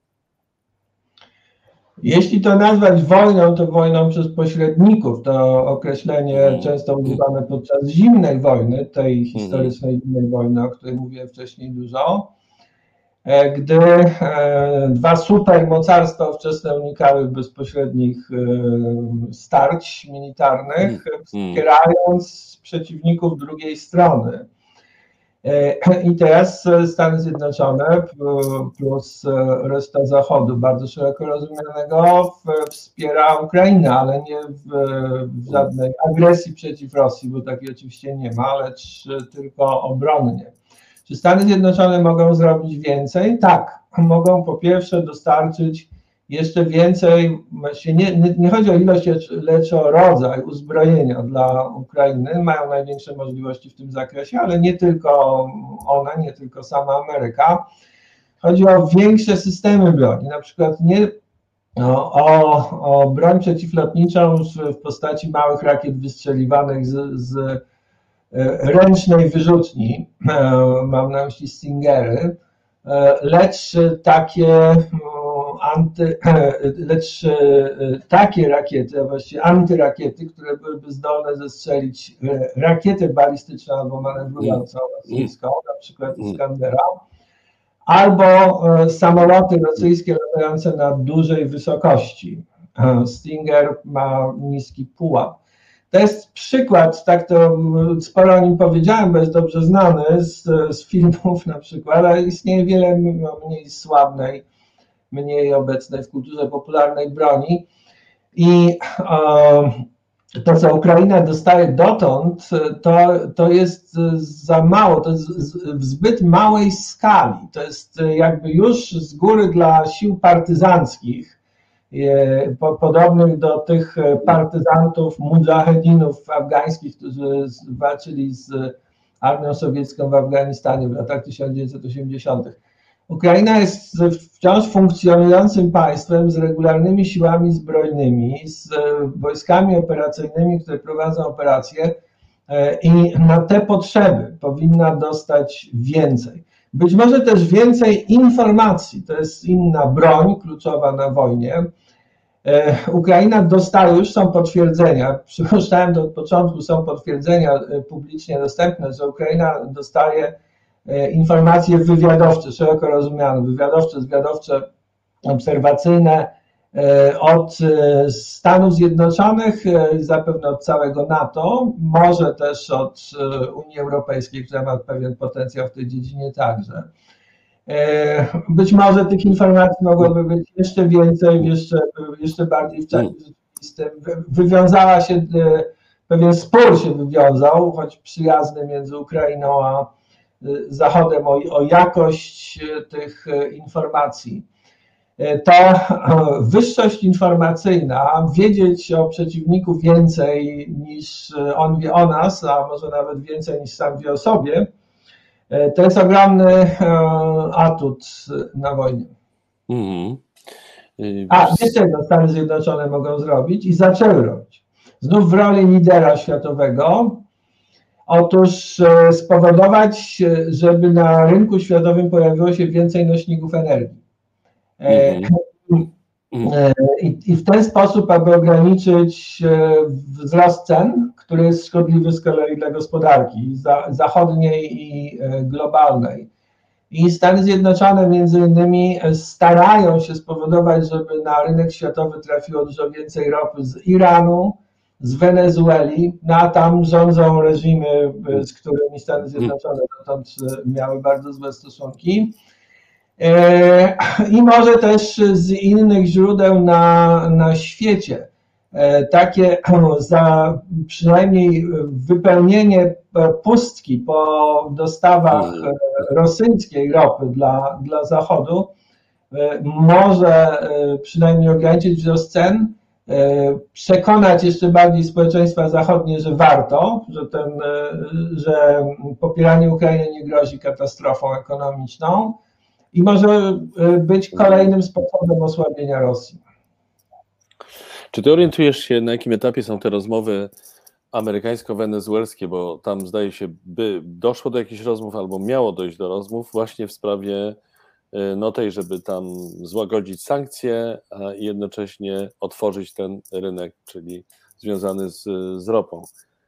Jeśli to nazwać wojną, to wojną przez pośredników. To określenie mm. często używane podczas zimnej wojny, tej historycznej mm. zimnej wojny, o której mówiłem wcześniej dużo, gdy dwa supermocarstwa ówczesne unikały bezpośrednich starć militarnych, mm. wspierając przeciwników drugiej strony. I teraz Stany Zjednoczone plus reszta Zachodu, bardzo szeroko rozumianego, wspiera Ukrainę, ale nie w, w żadnej agresji przeciw Rosji, bo takiej oczywiście nie ma, lecz tylko obronnie. Czy Stany Zjednoczone mogą zrobić więcej? Tak, mogą po pierwsze dostarczyć jeszcze więcej, właśnie nie, nie, nie chodzi o ilość, lecz o rodzaj uzbrojenia dla Ukrainy. Mają największe możliwości w tym zakresie, ale nie tylko one, nie tylko sama Ameryka. Chodzi o większe systemy broni, na przykład nie o, o, o broń przeciwlotniczą w postaci małych rakiet wystrzeliwanych z, z ręcznej wyrzutni, mam na myśli Stingery, lecz takie Anty, lecz takie rakiety, a właściwie antyrakiety, które byłyby zdolne zestrzelić rakietę balistyczną albo manewrującą rosyjską, na przykład Iskandera, albo samoloty rosyjskie latające na dużej wysokości. Stinger ma niski pułap. To jest przykład, tak to sporo o nim powiedziałem, bo jest dobrze znany z, z filmów na przykład, ale istnieje wiele mniej sławnej, mniej obecnej w kulturze popularnej broni i e, to, co Ukraina dostaje dotąd, to, to jest za mało, to jest w zbyt małej skali, to jest jakby już z góry dla sił partyzanckich, e, po, podobnych do tych partyzantów, mudżahedinów afgańskich, którzy walczyli z armią sowiecką w Afganistanie w latach tysiąc dziewięćset osiemdziesiątych. Ukraina jest wciąż funkcjonującym państwem z regularnymi siłami zbrojnymi, z wojskami operacyjnymi, które prowadzą operacje i na te potrzeby powinna dostać więcej. Być może też więcej informacji, to jest inna broń kluczowa na wojnie. Ukraina dostaje, już są potwierdzenia, przypuszczałem to od początku, są potwierdzenia publicznie dostępne, że Ukraina dostaje informacje wywiadowcze, szeroko rozumiane, wywiadowcze, zwiadowcze, obserwacyjne od Stanów Zjednoczonych, zapewne od całego NATO, może też od Unii Europejskiej, która ma pewien potencjał w tej dziedzinie także. Być może tych informacji mogłoby być jeszcze więcej, jeszcze, jeszcze bardziej w czasie rzeczywistym. Wywiązała się, pewien spór się wywiązał, choć przyjazny między Ukrainą a Zachodem o, o jakość tych informacji. To wyższość informacyjna, wiedzieć o przeciwniku więcej niż on wie o nas, a może nawet więcej niż sam wie o sobie, to jest ogromny atut na wojnie. Mm. A wiesz czego Stany Zjednoczone mogą zrobić i zaczęły robić? Znów w roli lidera światowego. Otóż spowodować, żeby na rynku światowym pojawiło się więcej nośników energii. Mm-hmm. I, I w ten sposób, aby ograniczyć wzrost cen, który jest szkodliwy z kolei dla gospodarki zachodniej i globalnej. I Stany Zjednoczone między innymi starają się spowodować, żeby na rynek światowy trafiło dużo więcej ropy z Iranu, z Wenezueli, no a tam rządzą reżimy, z którymi Stany Zjednoczone dotąd miały bardzo złe stosunki. I może też z innych źródeł na, na świecie. Takie za przynajmniej wypełnienie pustki po dostawach rosyjskiej ropy dla, dla Zachodu może przynajmniej ograniczyć wzrost cen, przekonać jeszcze bardziej społeczeństwa zachodnie, że warto, że, ten, że popieranie Ukrainy nie grozi katastrofą ekonomiczną i może być kolejnym sposobem osłabienia Rosji. Czy ty orientujesz się, na jakim etapie są te rozmowy amerykańsko-wenezuelskie, bo tam zdaje się, by doszło do jakichś rozmów albo miało dojść do rozmów właśnie w sprawie no tej, żeby tam złagodzić sankcje, a jednocześnie otworzyć ten rynek, czyli związany z, z ropą.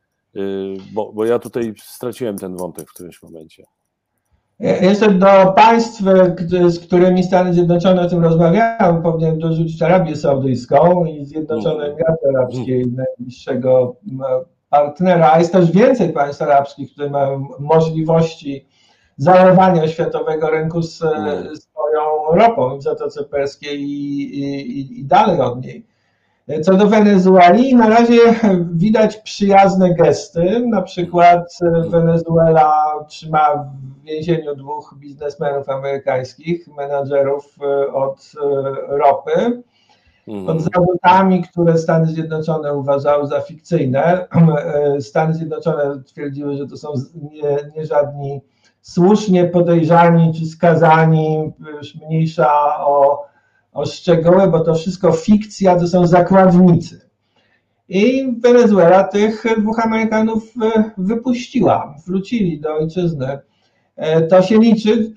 Bo, bo ja tutaj straciłem ten wątek w którymś momencie. Jeszcze do państw, z którymi Stany Zjednoczone o tym rozmawiają, powinien dorzucić Arabię Saudyjską i Zjednoczone Emiraty Arabskie, najbliższego partnera, a jest też więcej państw arabskich, które mają możliwości zalewania światowego rynku z swoją ropą w Zatoce Perskiej i, i, i dalej od niej. Co do Wenezueli, na razie widać przyjazne gesty, na przykład Wenezuela trzyma w więzieniu dwóch biznesmenów amerykańskich, menadżerów od ropy, pod zarzutami, które Stany Zjednoczone uważały za fikcyjne. Stany Zjednoczone twierdziły, że to są nie, nie żadni słusznie podejrzani czy skazani, już mniejsza o, o szczegóły, bo to wszystko fikcja, to są zakładnicy. I Wenezuela tych dwóch Amerykanów wypuściła, wrócili do ojczyzny. To się liczy,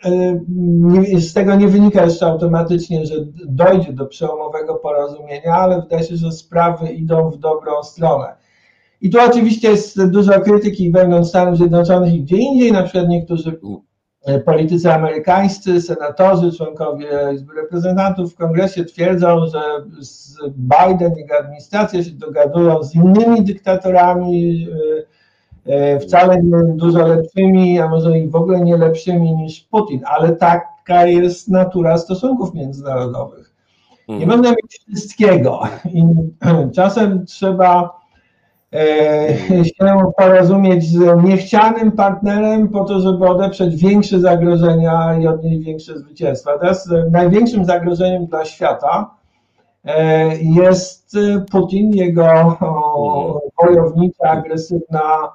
z tego nie wynika jeszcze automatycznie, że dojdzie do przełomowego porozumienia, ale wydaje się, że sprawy idą w dobrą stronę. I tu oczywiście jest dużo krytyki wewnątrz Stanów Zjednoczonych i gdzie indziej, na przykład niektórzy politycy amerykańscy, senatorzy, członkowie Izby Reprezentantów w Kongresie twierdzą, że Biden i jego administracja się dogadują z innymi dyktatorami, wcale nie dużo lepszymi, a może i w ogóle nie lepszymi niż Putin, ale taka jest natura stosunków międzynarodowych. Nie można mieć wszystkiego i czasem trzeba się porozumieć z niechcianym partnerem po to, żeby odeprzeć większe zagrożenia i odnieść większe zwycięstwa. Teraz największym zagrożeniem dla świata jest Putin, jego wojownicza, agresywna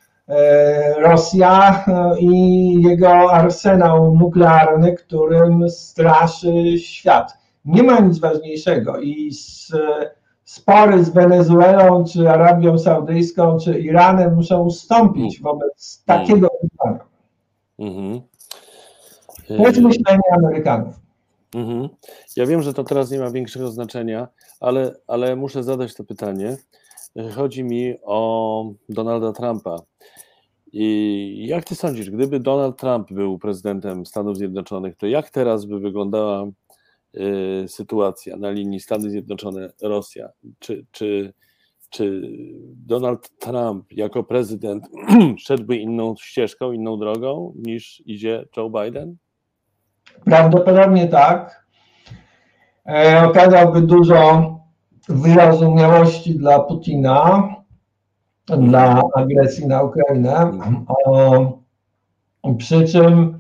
Rosja i jego arsenał nuklearny, którym straszy świat. Nie ma nic ważniejszego i z spory z Wenezuelą, czy Arabią Saudyjską, czy Iranem muszą ustąpić wobec takiego wyzwania. Mm-hmm. To jest myślenie Amerykanów. Mm-hmm. Ja wiem, że to teraz nie ma większego znaczenia, ale, ale muszę zadać to pytanie. Chodzi mi o Donalda Trumpa. I jak ty sądzisz, gdyby Donald Trump był prezydentem Stanów Zjednoczonych, to jak teraz by wyglądała sytuacja na linii Stany Zjednoczone-Rosja? Czy, czy, czy Donald Trump jako prezydent szedłby inną ścieżką, inną drogą niż idzie Joe Biden? Prawdopodobnie tak. E, okazałby dużo wyrozumiałości dla Putina, dla agresji na Ukrainę, o, przy czym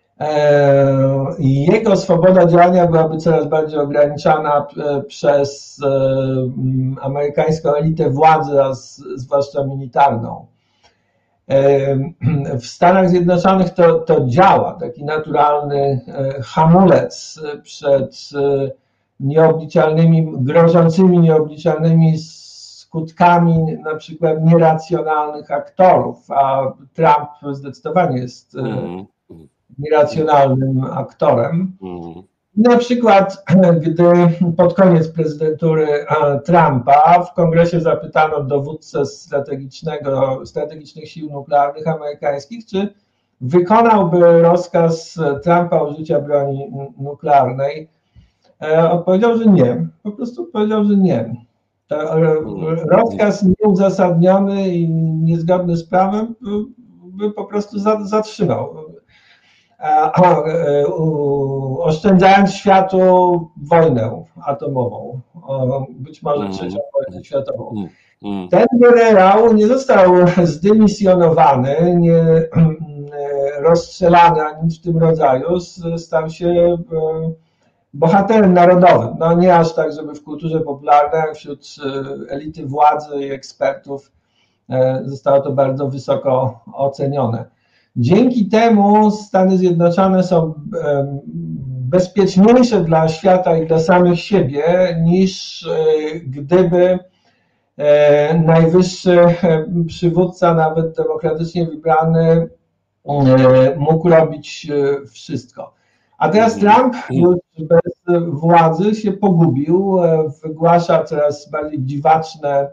jego swoboda działania byłaby coraz bardziej ograniczana przez amerykańską elitę władzy, a zwłaszcza militarną. W Stanach Zjednoczonych to, to działa, taki naturalny hamulec przed nieobliczalnymi, grożącymi nieobliczalnymi skutkami na przykład nieracjonalnych aktorów, a Trump zdecydowanie jest mm. nieracjonalnym aktorem. Mm. Na przykład, gdy pod koniec prezydentury Trumpa w kongresie zapytano dowódcę strategicznego, strategicznych sił nuklearnych amerykańskich, czy wykonałby rozkaz Trumpa użycia broni nuklearnej, odpowiedział, że nie. Po prostu powiedział, że nie. Rozkaz nieuzasadniony i niezgodny z prawem by po prostu zatrzymał, oszczędzając światu wojnę atomową, być może trzecią wojnę światową. Ten generał nie został zdymisjonowany, nie rozstrzelany ani nic w tym rodzaju, stał się bohaterem narodowym. No nie aż tak, żeby w kulturze popularnej, wśród elity władzy i ekspertów zostało to bardzo wysoko ocenione. Dzięki temu Stany Zjednoczone są bezpieczniejsze dla świata i dla samych siebie, niż gdyby najwyższy przywódca, nawet demokratycznie wybrany, mógł robić wszystko. A teraz Trump już bez władzy się pogubił, wygłasza coraz bardziej dziwaczne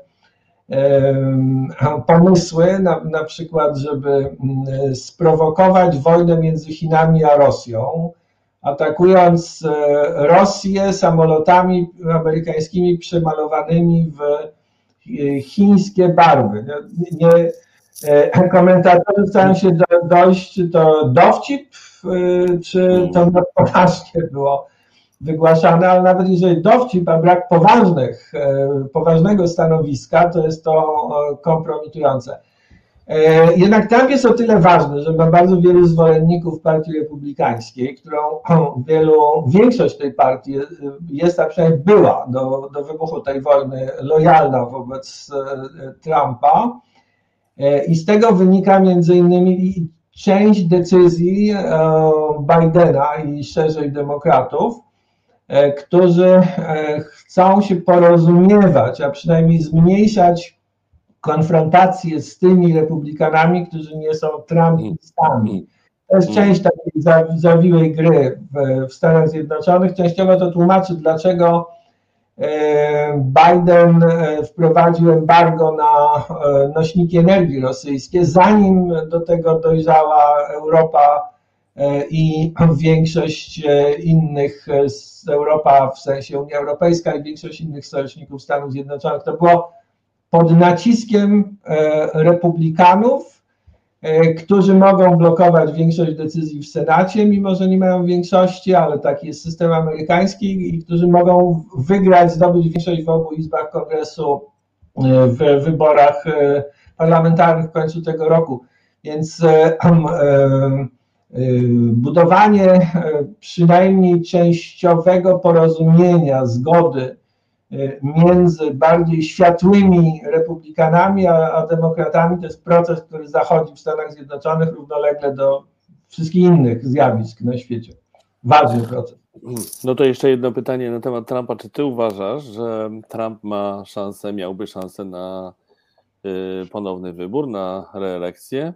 pomysły, na, na przykład, żeby sprowokować wojnę między Chinami a Rosją, atakując Rosję samolotami amerykańskimi przemalowanymi w chińskie barwy. Nie, nie, komentatorzy starają się do, dojść, czy to dowcip, czy to na poważnie było wygłaszane, ale nawet jeżeli dowcip, a brak poważnych, poważnego stanowiska, to jest to kompromitujące. Jednak Trump jest o tyle ważny, że ma bardzo wielu zwolenników Partii Republikańskiej, którą wielu, większość tej partii jest, a przynajmniej była do, do wybuchu tej wojny lojalna wobec Trumpa. I z tego wynika między innymi część decyzji Bidena i szerzej demokratów, którzy chcą się porozumiewać, a przynajmniej zmniejszać konfrontację z tymi republikanami, którzy nie są trumpistami. To jest część takiej zawiłej gry w Stanach Zjednoczonych. Częściowo to tłumaczy, dlaczego Biden wprowadził embargo na nośniki energii rosyjskie, zanim do tego dojrzała Europa i większość innych, Europa w sensie Unia Europejska i większość innych sojuszników Stanów Zjednoczonych. To było pod naciskiem republikanów, którzy mogą blokować większość decyzji w Senacie, mimo że nie mają większości, ale taki jest system amerykański, i którzy mogą wygrać, zdobyć większość w obu izbach Kongresu w wyborach parlamentarnych w końcu tego roku. Więc budowanie przynajmniej częściowego porozumienia, zgody między bardziej światłymi republikanami a, a demokratami to jest proces, który zachodzi w Stanach Zjednoczonych równolegle do wszystkich innych zjawisk na świecie. Ważny proces. No to jeszcze jedno pytanie na temat Trumpa. Czy ty uważasz, że Trump ma szansę, miałby szansę na y, ponowny wybór, na reelekcję?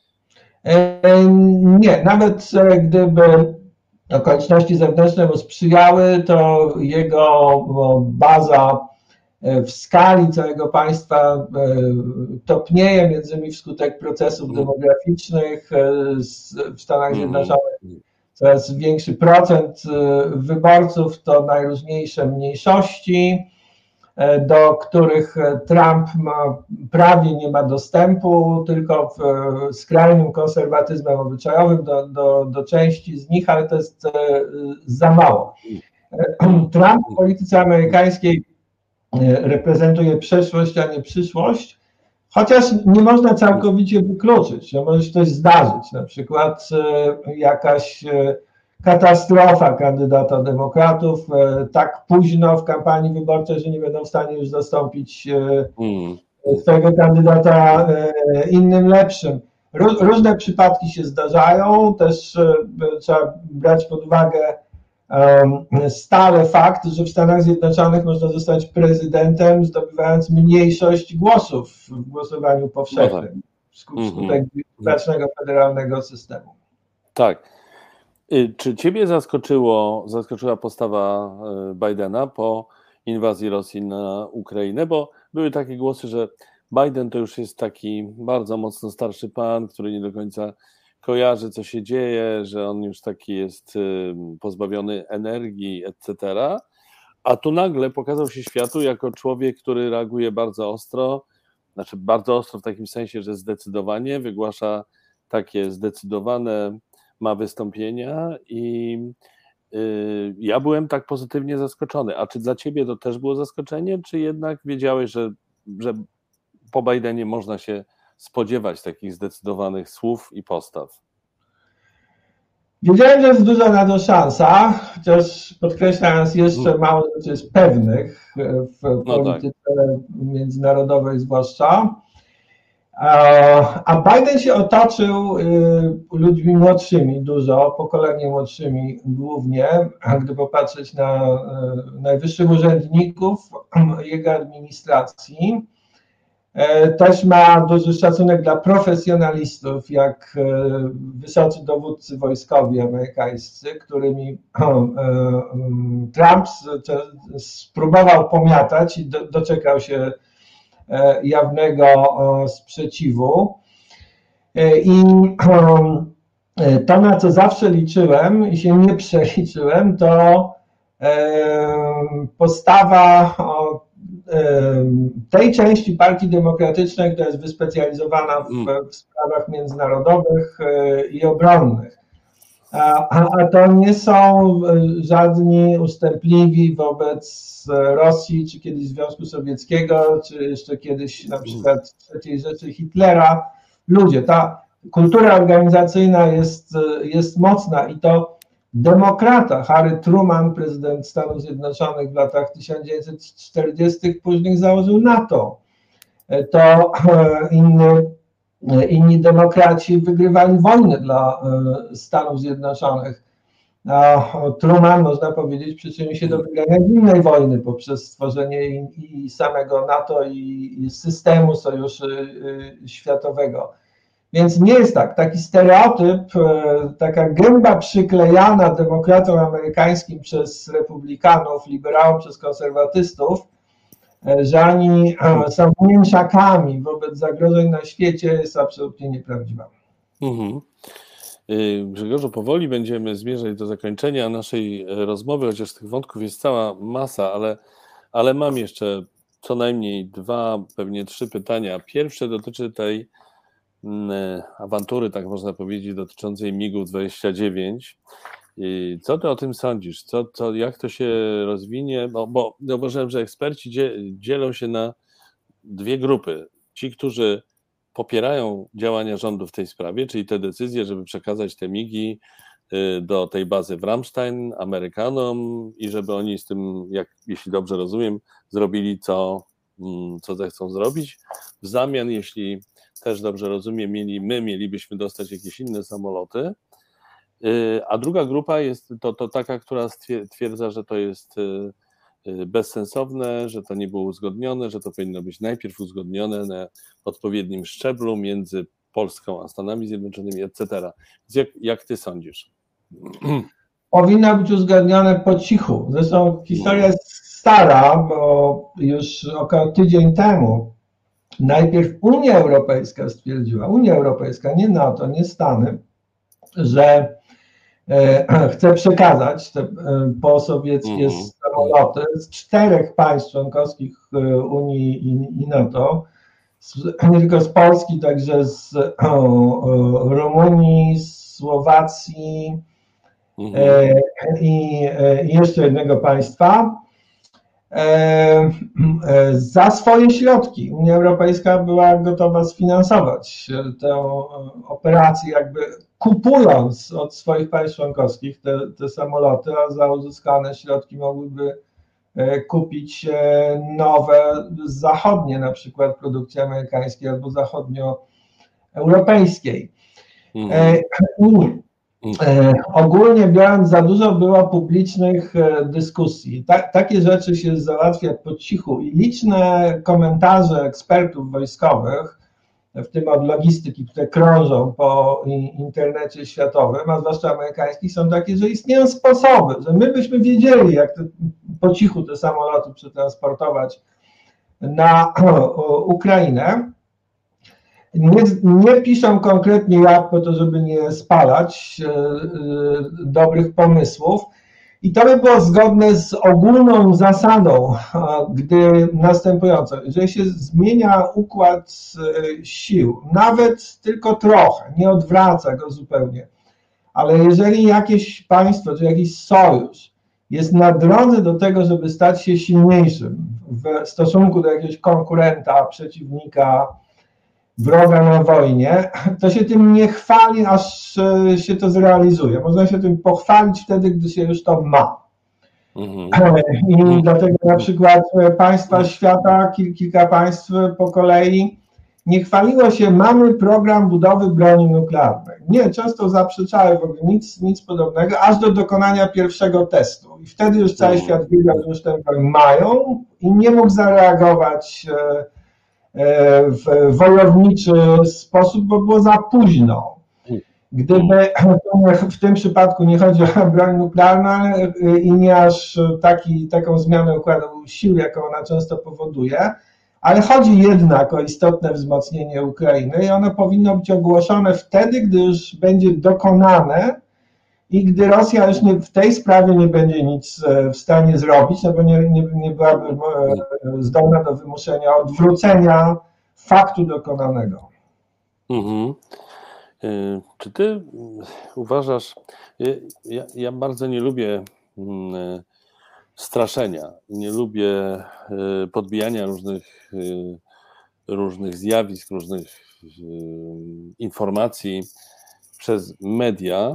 Nie, nawet gdyby okoliczności zewnętrzne mu sprzyjały, to jego baza w skali całego państwa topnieje, między innymi wskutek procesów demograficznych w Stanach Zjednoczonych. Coraz większy procent wyborców to najróżniejsze mniejszości, do których Trump ma, prawie nie ma dostępu, tylko w skrajnym konserwatyzmem obyczajowym do, do, do części z nich, ale to jest za mało. Trump w polityce amerykańskiej reprezentuje przeszłość, a nie przyszłość, chociaż nie można całkowicie wykluczyć, że może się coś zdarzyć, na przykład jakaś katastrofa kandydata demokratów tak późno w kampanii wyborczej, że nie będą w stanie już zastąpić mm. swojego kandydata innym lepszym. Różne przypadki się zdarzają, też trzeba brać pod uwagę stale fakt, że w Stanach Zjednoczonych można zostać prezydentem, zdobywając mniejszość głosów w głosowaniu powszechnym wskutek widocznego federalnego systemu. Tak. Czy ciebie zaskoczyło, zaskoczyła postawa Bidena po inwazji Rosji na Ukrainę? Bo były takie głosy, że Biden to już jest taki bardzo mocno starszy pan, który nie do końca kojarzy, co się dzieje, że on już taki jest pozbawiony energii, et cetera. A tu nagle pokazał się światu jako człowiek, który reaguje bardzo ostro, znaczy bardzo ostro w takim sensie, że zdecydowanie wygłasza takie zdecydowane ma wystąpienia i yy, ja byłem tak pozytywnie zaskoczony. A czy dla ciebie to też było zaskoczenie, czy jednak wiedziałeś, że, że po Bidenie można się spodziewać takich zdecydowanych słów i postaw? Wiedziałem, że jest duża na to szansa, chociaż podkreślając jeszcze mało rzeczy jest pewnych w polityce no tak. międzynarodowej zwłaszcza. A Biden się otoczył ludźmi młodszymi dużo, pokolenie młodszymi głównie, gdy popatrzeć na najwyższych urzędników jego administracji. Też ma duży szacunek dla profesjonalistów, jak wysocy dowódcy wojskowi amerykańscy, którymi Trump spróbował pomiatać i doczekał się jawnego sprzeciwu. I to, na co zawsze liczyłem i się nie przeliczyłem, to postawa tej części Partii Demokratycznej, która jest wyspecjalizowana w, w sprawach międzynarodowych i obronnych. A, a to nie są żadni ustępliwi wobec Rosji, czy kiedyś Związku Sowieckiego, czy jeszcze kiedyś na przykład trzeciej Rzeszy Hitlera. Ludzie, ta kultura organizacyjna jest, jest mocna i to demokrata Harry Truman, prezydent Stanów Zjednoczonych w latach tysiąc dziewięćset czterdziestych później założył NATO. To inny, inni demokraci wygrywali wojny dla Stanów Zjednoczonych. A Truman, można powiedzieć, przyczynił się do wygrania innej wojny poprzez stworzenie i, i samego NATO, i, i systemu sojuszy światowego. Więc nie jest tak, taki stereotyp, taka gęba przyklejana demokratom amerykańskim przez republikanów, liberałom, przez konserwatystów, że oni są mięczakami wobec zagrożeń na świecie, jest absolutnie nieprawdziwa. Mhm. Grzegorzu, powoli będziemy zmierzać do zakończenia naszej rozmowy, chociaż tych wątków jest cała masa, ale, ale mam jeszcze co najmniej dwa, pewnie trzy pytania. Pierwsze dotyczy tej awantury, tak można powiedzieć, dotyczącej migów dwadzieścia dziewięć. Co ty o tym sądzisz? Co, co, jak to się rozwinie? Bo, bo zauważyłem, że eksperci dzielą się na dwie grupy. Ci, którzy popierają działania rządu w tej sprawie, czyli te decyzje, żeby przekazać te migi do tej bazy w Ramstein Amerykanom i żeby oni z tym, jak, jeśli dobrze rozumiem, zrobili co, co zechcą zrobić. W zamian, jeśli też dobrze rozumiem, mieli, my mielibyśmy dostać jakieś inne samoloty, a druga grupa jest to, to taka, która stwierdza, że to jest bezsensowne, że to nie było uzgodnione, że to powinno być najpierw uzgodnione na odpowiednim szczeblu między Polską a Stanami Zjednoczonymi, et cetera. Jak, jak ty sądzisz? Powinno być uzgodnione po cichu. Zresztą historia jest stara, bo już około tydzień temu najpierw Unia Europejska stwierdziła, Unia Europejska, nie NATO, nie Stany, że chce przekazać te posowieckie mm-hmm. samoloty z czterech państw członkowskich Unii i NATO, nie tylko z Polski, także z Rumunii, Słowacji mm-hmm. i jeszcze jednego państwa, za swoje środki. Unia Europejska była gotowa sfinansować tę operację, jakby kupując od swoich państw członkowskich te, te samoloty, a za uzyskane środki mogłyby kupić nowe, zachodnie, na przykład produkcji amerykańskiej albo zachodnioeuropejskiej. Mm. Ogólnie biorąc, za dużo było publicznych dyskusji. Ta, takie rzeczy się załatwia po cichu i liczne komentarze ekspertów wojskowych w tym od logistyki, które krążą po internecie światowym, a zwłaszcza amerykańskim, są takie, że istnieją sposoby, że my byśmy wiedzieli, jak te, po cichu te samoloty przetransportować na Ukrainę. Nie, nie piszą konkretnie jak, po to, żeby nie spalać e, e, dobrych pomysłów. I to by było zgodne z ogólną zasadą, gdy następująco, jeżeli się zmienia układ sił, nawet tylko trochę, nie odwraca go zupełnie, ale jeżeli jakieś państwo czy jakiś sojusz jest na drodze do tego, żeby stać się silniejszym w stosunku do jakiegoś konkurenta, przeciwnika, wroga na wojnie, to się tym nie chwali, aż się to zrealizuje. Można się tym pochwalić wtedy, gdy się już to ma. Mhm. I mhm. dlatego na przykład państwa świata, kil, kilka państw po kolei nie chwaliło się, mamy program budowy broni nuklearnej. Nie, często zaprzeczały w ogóle nic, nic podobnego, aż do dokonania pierwszego testu. I wtedy już cały mhm. świat wiedział, że już ten broń mają i nie mógł zareagować w wojowniczy sposób, bo było za późno. Gdyby w tym przypadku nie chodzi o broń nuklearną i nie aż taki, taką zmianę układu sił, jaką ona często powoduje, ale chodzi jednak o istotne wzmocnienie Ukrainy i ono powinno być ogłoszone wtedy, gdy już będzie dokonane i gdy Rosja już nie, w tej sprawie nie będzie nic w stanie zrobić, no bo nie, nie, nie byłaby zdolna do wymuszenia odwrócenia faktu dokonanego. Mhm. Czy ty uważasz, ja, ja bardzo nie lubię straszenia, nie lubię podbijania różnych, różnych zjawisk, różnych informacji przez media,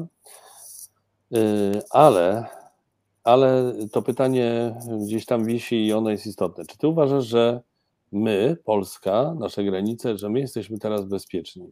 ale, ale to pytanie gdzieś tam wisi i ono jest istotne. Czy ty uważasz, że my, Polska, nasze granice, że my jesteśmy teraz bezpieczni?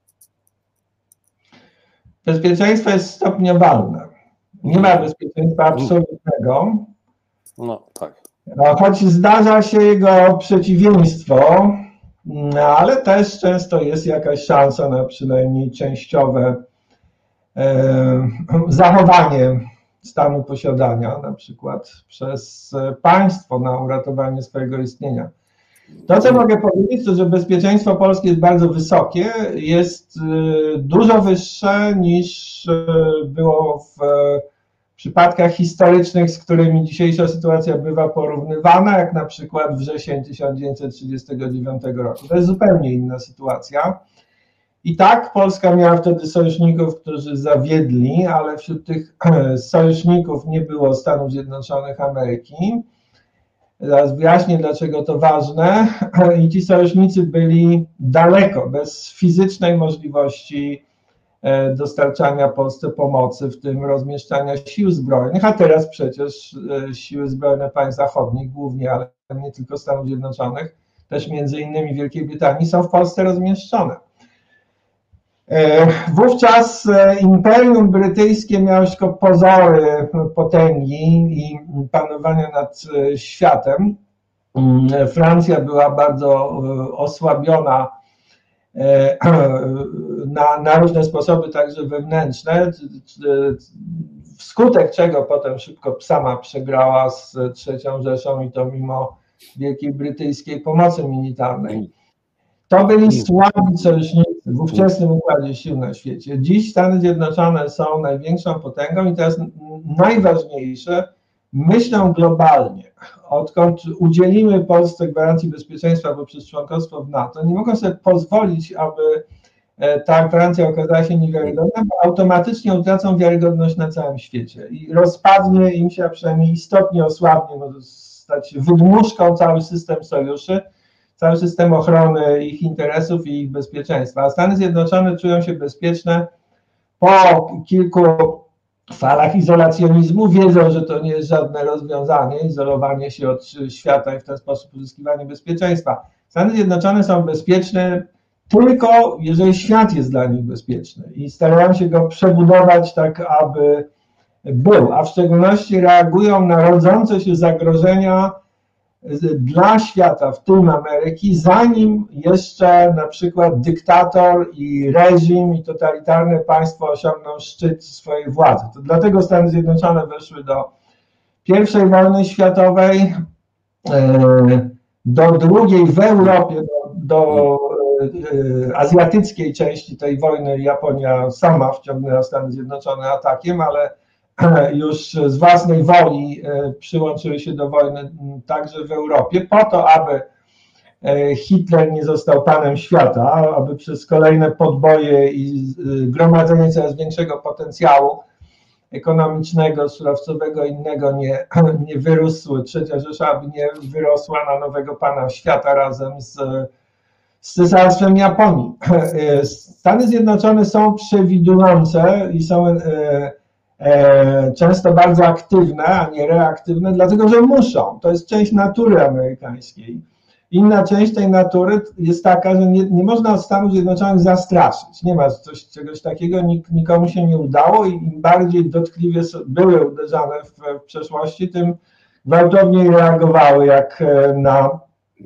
Bezpieczeństwo jest stopniowalne. Nie ma bezpieczeństwa absolutnego. No, tak. Choć zdarza się jego przeciwieństwo, ale też często jest jakaś szansa na przynajmniej częściowe e, zachowanie stanu posiadania, na przykład przez państwo na uratowanie swojego istnienia. To, co mogę powiedzieć, to że bezpieczeństwo polskie jest bardzo wysokie, jest dużo wyższe niż było w przypadkach historycznych, z którymi dzisiejsza sytuacja bywa porównywana, jak na przykład wrzesień tysiąc dziewięćset trzydziestego dziewiątego roku. To jest zupełnie inna sytuacja. I tak Polska miała wtedy sojuszników, którzy zawiedli, ale wśród tych sojuszników nie było Stanów Zjednoczonych Ameryki. Zaraz wyjaśnię, dlaczego to ważne. I ci sojusznicy byli daleko, bez fizycznej możliwości dostarczania Polsce pomocy, w tym rozmieszczania sił zbrojnych, a teraz przecież siły zbrojne państw zachodnich głównie, ale nie tylko Stanów Zjednoczonych, też między innymi Wielkiej Brytanii, są w Polsce rozmieszczone. Wówczas Imperium Brytyjskie miało tylko pozory potęgi i panowania nad światem. Francja była bardzo osłabiona na, na różne sposoby, także wewnętrzne, wskutek czego potem szybko sama przegrała z trzecią Rzeszą i to mimo wielkiej brytyjskiej pomocy militarnej. To byli słabi sojusznicy w ówczesnym układzie sił na świecie. Dziś Stany Zjednoczone są największą potęgą i teraz najważniejsze, myślą globalnie. Odkąd udzielimy Polsce gwarancji bezpieczeństwa poprzez członkostwo w NATO, nie mogą sobie pozwolić, aby ta gwarancja okazała się niewiarygodna, bo automatycznie utracą wiarygodność na całym świecie i rozpadnie im się, a przynajmniej istotnie osłabnie, może stać się wydmuszką cały system sojuszy, cały system ochrony ich interesów i ich bezpieczeństwa. A Stany Zjednoczone czują się bezpieczne po kilku falach izolacjonizmu, wiedzą, że to nie jest żadne rozwiązanie, izolowanie się od świata i w ten sposób uzyskiwanie bezpieczeństwa. Stany Zjednoczone są bezpieczne tylko, jeżeli świat jest dla nich bezpieczny i starają się go przebudować tak, aby był, a w szczególności reagują na rodzące się zagrożenia dla świata, w tym Ameryki, zanim jeszcze na przykład dyktator i reżim i totalitarne państwo osiągną szczyt swojej władzy. To dlatego Stany Zjednoczone weszły do pierwszej wojny światowej, do drugiej w Europie, do, do azjatyckiej części tej wojny Japonia sama wciągnęła Stany Zjednoczone atakiem, ale już z własnej woli przyłączyły się do wojny także w Europie, po to, aby Hitler nie został panem świata, aby przez kolejne podboje i gromadzenie coraz większego potencjału ekonomicznego, surowcowego innego nie, nie wyrósł, trzecia Rzesza, aby nie wyrosła na nowego pana świata razem z, z Cesarstwem Japonii. Stany Zjednoczone są przewidujące i są często bardzo aktywne, a nie reaktywne, dlatego że muszą. To jest część natury amerykańskiej. Inna część tej natury jest taka, że nie, nie można Stanów Zjednoczonych zastraszyć. Nie ma coś, czegoś takiego, nik, nikomu się nie udało i im bardziej dotkliwie były uderzane w, w przeszłości, tym gwałtowniej reagowały, jak na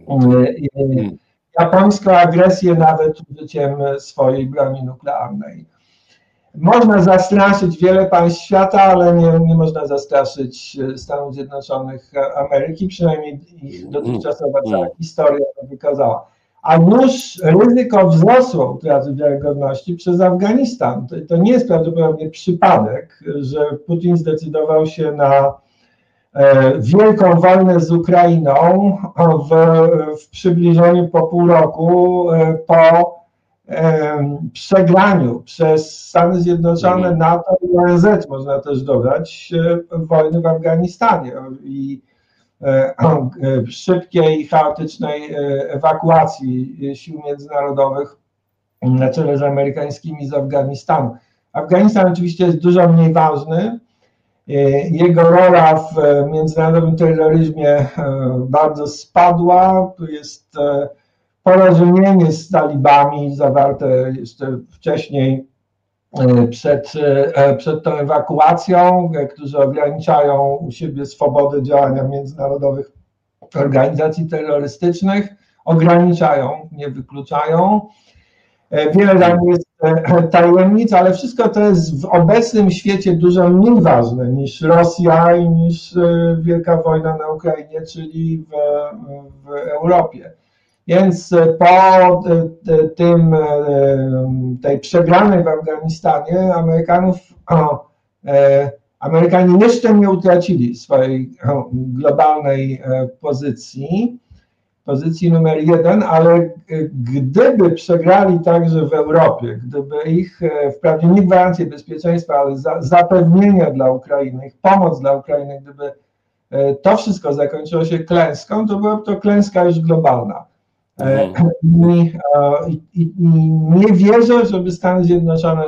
y, japońską agresję, nawet użyciem swojej broni nuklearnej. Można zastraszyć wiele państw świata, ale nie, nie można zastraszyć Stanów Zjednoczonych Ameryki, przynajmniej ich dotychczasowa cała historia to wykazała. A już ryzyko wzrosło utraty wiarygodności przez Afganistan. To, to nie jest prawdopodobnie przypadek, że Putin zdecydował się na e, wielką wojnę z Ukrainą w, w przybliżeniu po pół roku e, po przegraniu przez Stany Zjednoczone, NATO i O N Z, można też dodać, wojny w Afganistanie i szybkiej, chaotycznej ewakuacji sił międzynarodowych na czele z amerykańskimi z Afganistanu. Afganistan oczywiście jest dużo mniej ważny. Jego rola w międzynarodowym terroryzmie bardzo spadła. Tu jest porozumienie z talibami zawarte jeszcze wcześniej przed, przed tą ewakuacją, którzy ograniczają u siebie swobodę działania międzynarodowych organizacji terrorystycznych, ograniczają, nie wykluczają. Wiele tam jest tajemnic, ale wszystko to jest w obecnym świecie dużo mniej ważne niż Rosja i niż wielka wojna na Ukrainie, czyli w, w Europie. Więc po tym, tej przegranej w Afganistanie Amerykanów, o, Amerykanie jeszcze nie utracili swojej globalnej pozycji, pozycji numer jeden, ale gdyby przegrali także w Europie, gdyby ich, wprawdzie nie gwarancje bezpieczeństwa, ale za, zapewnienia dla Ukrainy, ich pomoc dla Ukrainy, gdyby to wszystko zakończyło się klęską, to byłaby to klęska już globalna. I, i, i nie wierzę, żeby Stany Zjednoczone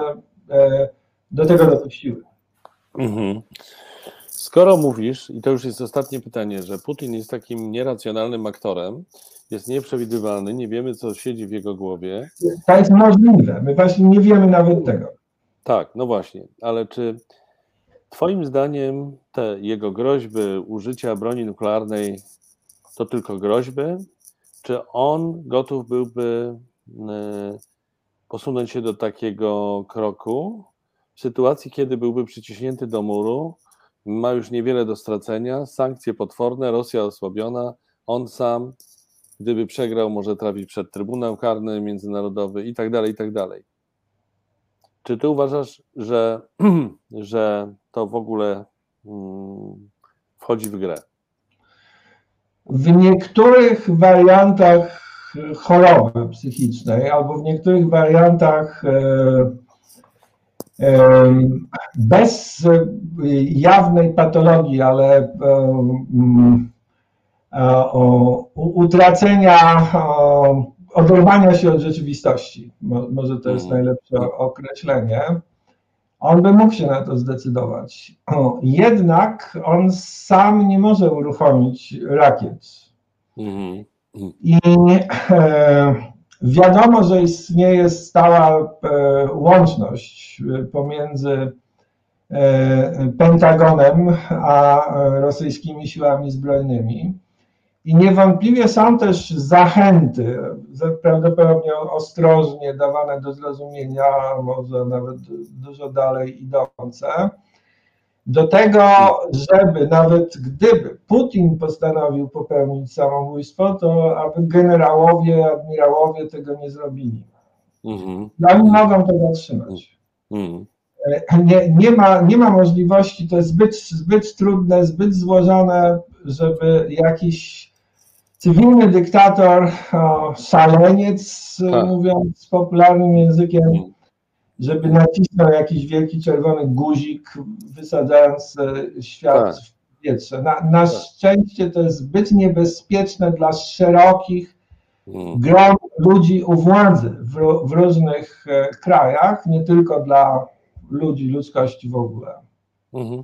do tego dopuściły. Mhm. Skoro mówisz, i to już jest ostatnie pytanie, że Putin jest takim nieracjonalnym aktorem, jest nieprzewidywalny, nie wiemy, co siedzi w jego głowie. To jest możliwe, my właśnie nie wiemy nawet tego. Tak, no właśnie, ale czy twoim zdaniem te jego groźby użycia broni nuklearnej to tylko groźby? Czy on gotów byłby posunąć się do takiego kroku w sytuacji, kiedy byłby przyciśnięty do muru, ma już niewiele do stracenia, sankcje potworne, Rosja osłabiona, on sam, gdyby przegrał, może trafić przed Trybunał Karny Międzynarodowy i tak dalej, i tak dalej. Czy ty uważasz, że, że to w ogóle wchodzi w grę? W niektórych wariantach choroby psychicznej albo w niektórych wariantach bez jawnej patologii, ale utracenia, oderwania się od rzeczywistości, może to jest najlepsze określenie, on by mógł się na to zdecydować. Jednak on sam nie może uruchomić rakiet. Mm-hmm. I e, wiadomo, że istnieje stała e, łączność pomiędzy e, Pentagonem a rosyjskimi siłami zbrojnymi. I niewątpliwie są też zachęty, prawdopodobnie ostrożnie dawane do zrozumienia, może nawet dużo dalej idące, do tego, żeby nawet gdyby Putin postanowił popełnić samobójstwo, to aby generałowie, admirałowie tego nie zrobili. Mhm. Oni mogą to zatrzymać. Mhm. Nie, nie, ma, nie ma możliwości, to jest zbyt, zbyt trudne, zbyt złożone, żeby jakiś cywilny dyktator, o, szaleniec, tak. mówiąc popularnym językiem, żeby nacisnął jakiś wielki czerwony guzik, wysadzając świat tak. w powietrze. Na, na tak. szczęście to jest zbyt niebezpieczne dla szerokich hmm. gron ludzi u władzy w, w różnych krajach, nie tylko dla ludzi, ludzkości w ogóle. Mhm.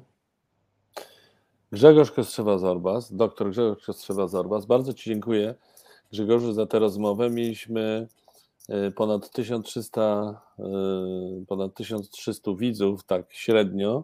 Grzegorz Kostrzewa-Zorbas, doktor Grzegorz Kostrzewa-Zorbas, bardzo Ci dziękuję, Grzegorzu, za tę rozmowę. Mieliśmy ponad tysiąc trzysta, ponad tysiąc trzysta widzów, tak średnio,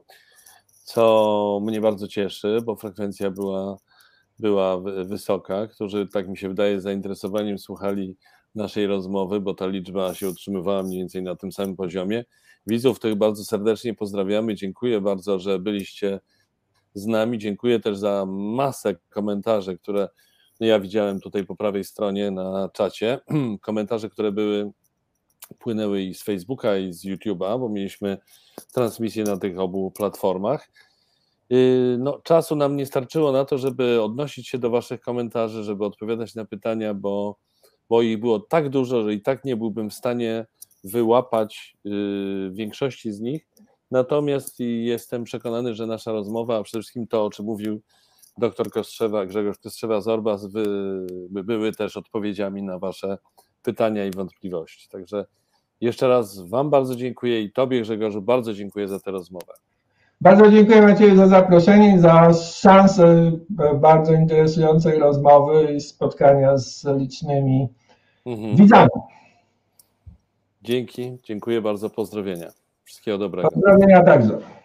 co mnie bardzo cieszy, bo frekwencja była, była wysoka, którzy, tak mi się wydaje, z zainteresowaniem słuchali naszej rozmowy, bo ta liczba się utrzymywała mniej więcej na tym samym poziomie. Widzów tych bardzo serdecznie pozdrawiamy, dziękuję bardzo, że byliście z nami, dziękuję też za masę komentarzy, które ja widziałem tutaj po prawej stronie na czacie, komentarze, które były, płynęły i z Facebooka, i z YouTube'a, bo mieliśmy transmisję na tych obu platformach. No, czasu nam nie starczyło na to, żeby odnosić się do waszych komentarzy, żeby odpowiadać na pytania, bo, bo ich było tak dużo, że i tak nie byłbym w stanie wyłapać większości z nich. Natomiast jestem przekonany, że nasza rozmowa, a przede wszystkim to, o czym mówił doktor Kostrzewa, Grzegorz Kostrzewa-Zorbas, by, były też odpowiedziami na wasze pytania i wątpliwości. Także jeszcze raz wam bardzo dziękuję i tobie, Grzegorzu, bardzo dziękuję za tę rozmowę. Bardzo dziękuję Macieju za zaproszenie, za szansę bardzo interesującej rozmowy i spotkania z licznymi mhm. widzami. Dzięki, dziękuję bardzo, pozdrowienia. Wszystkiego dobrego. Pozdrowienia także.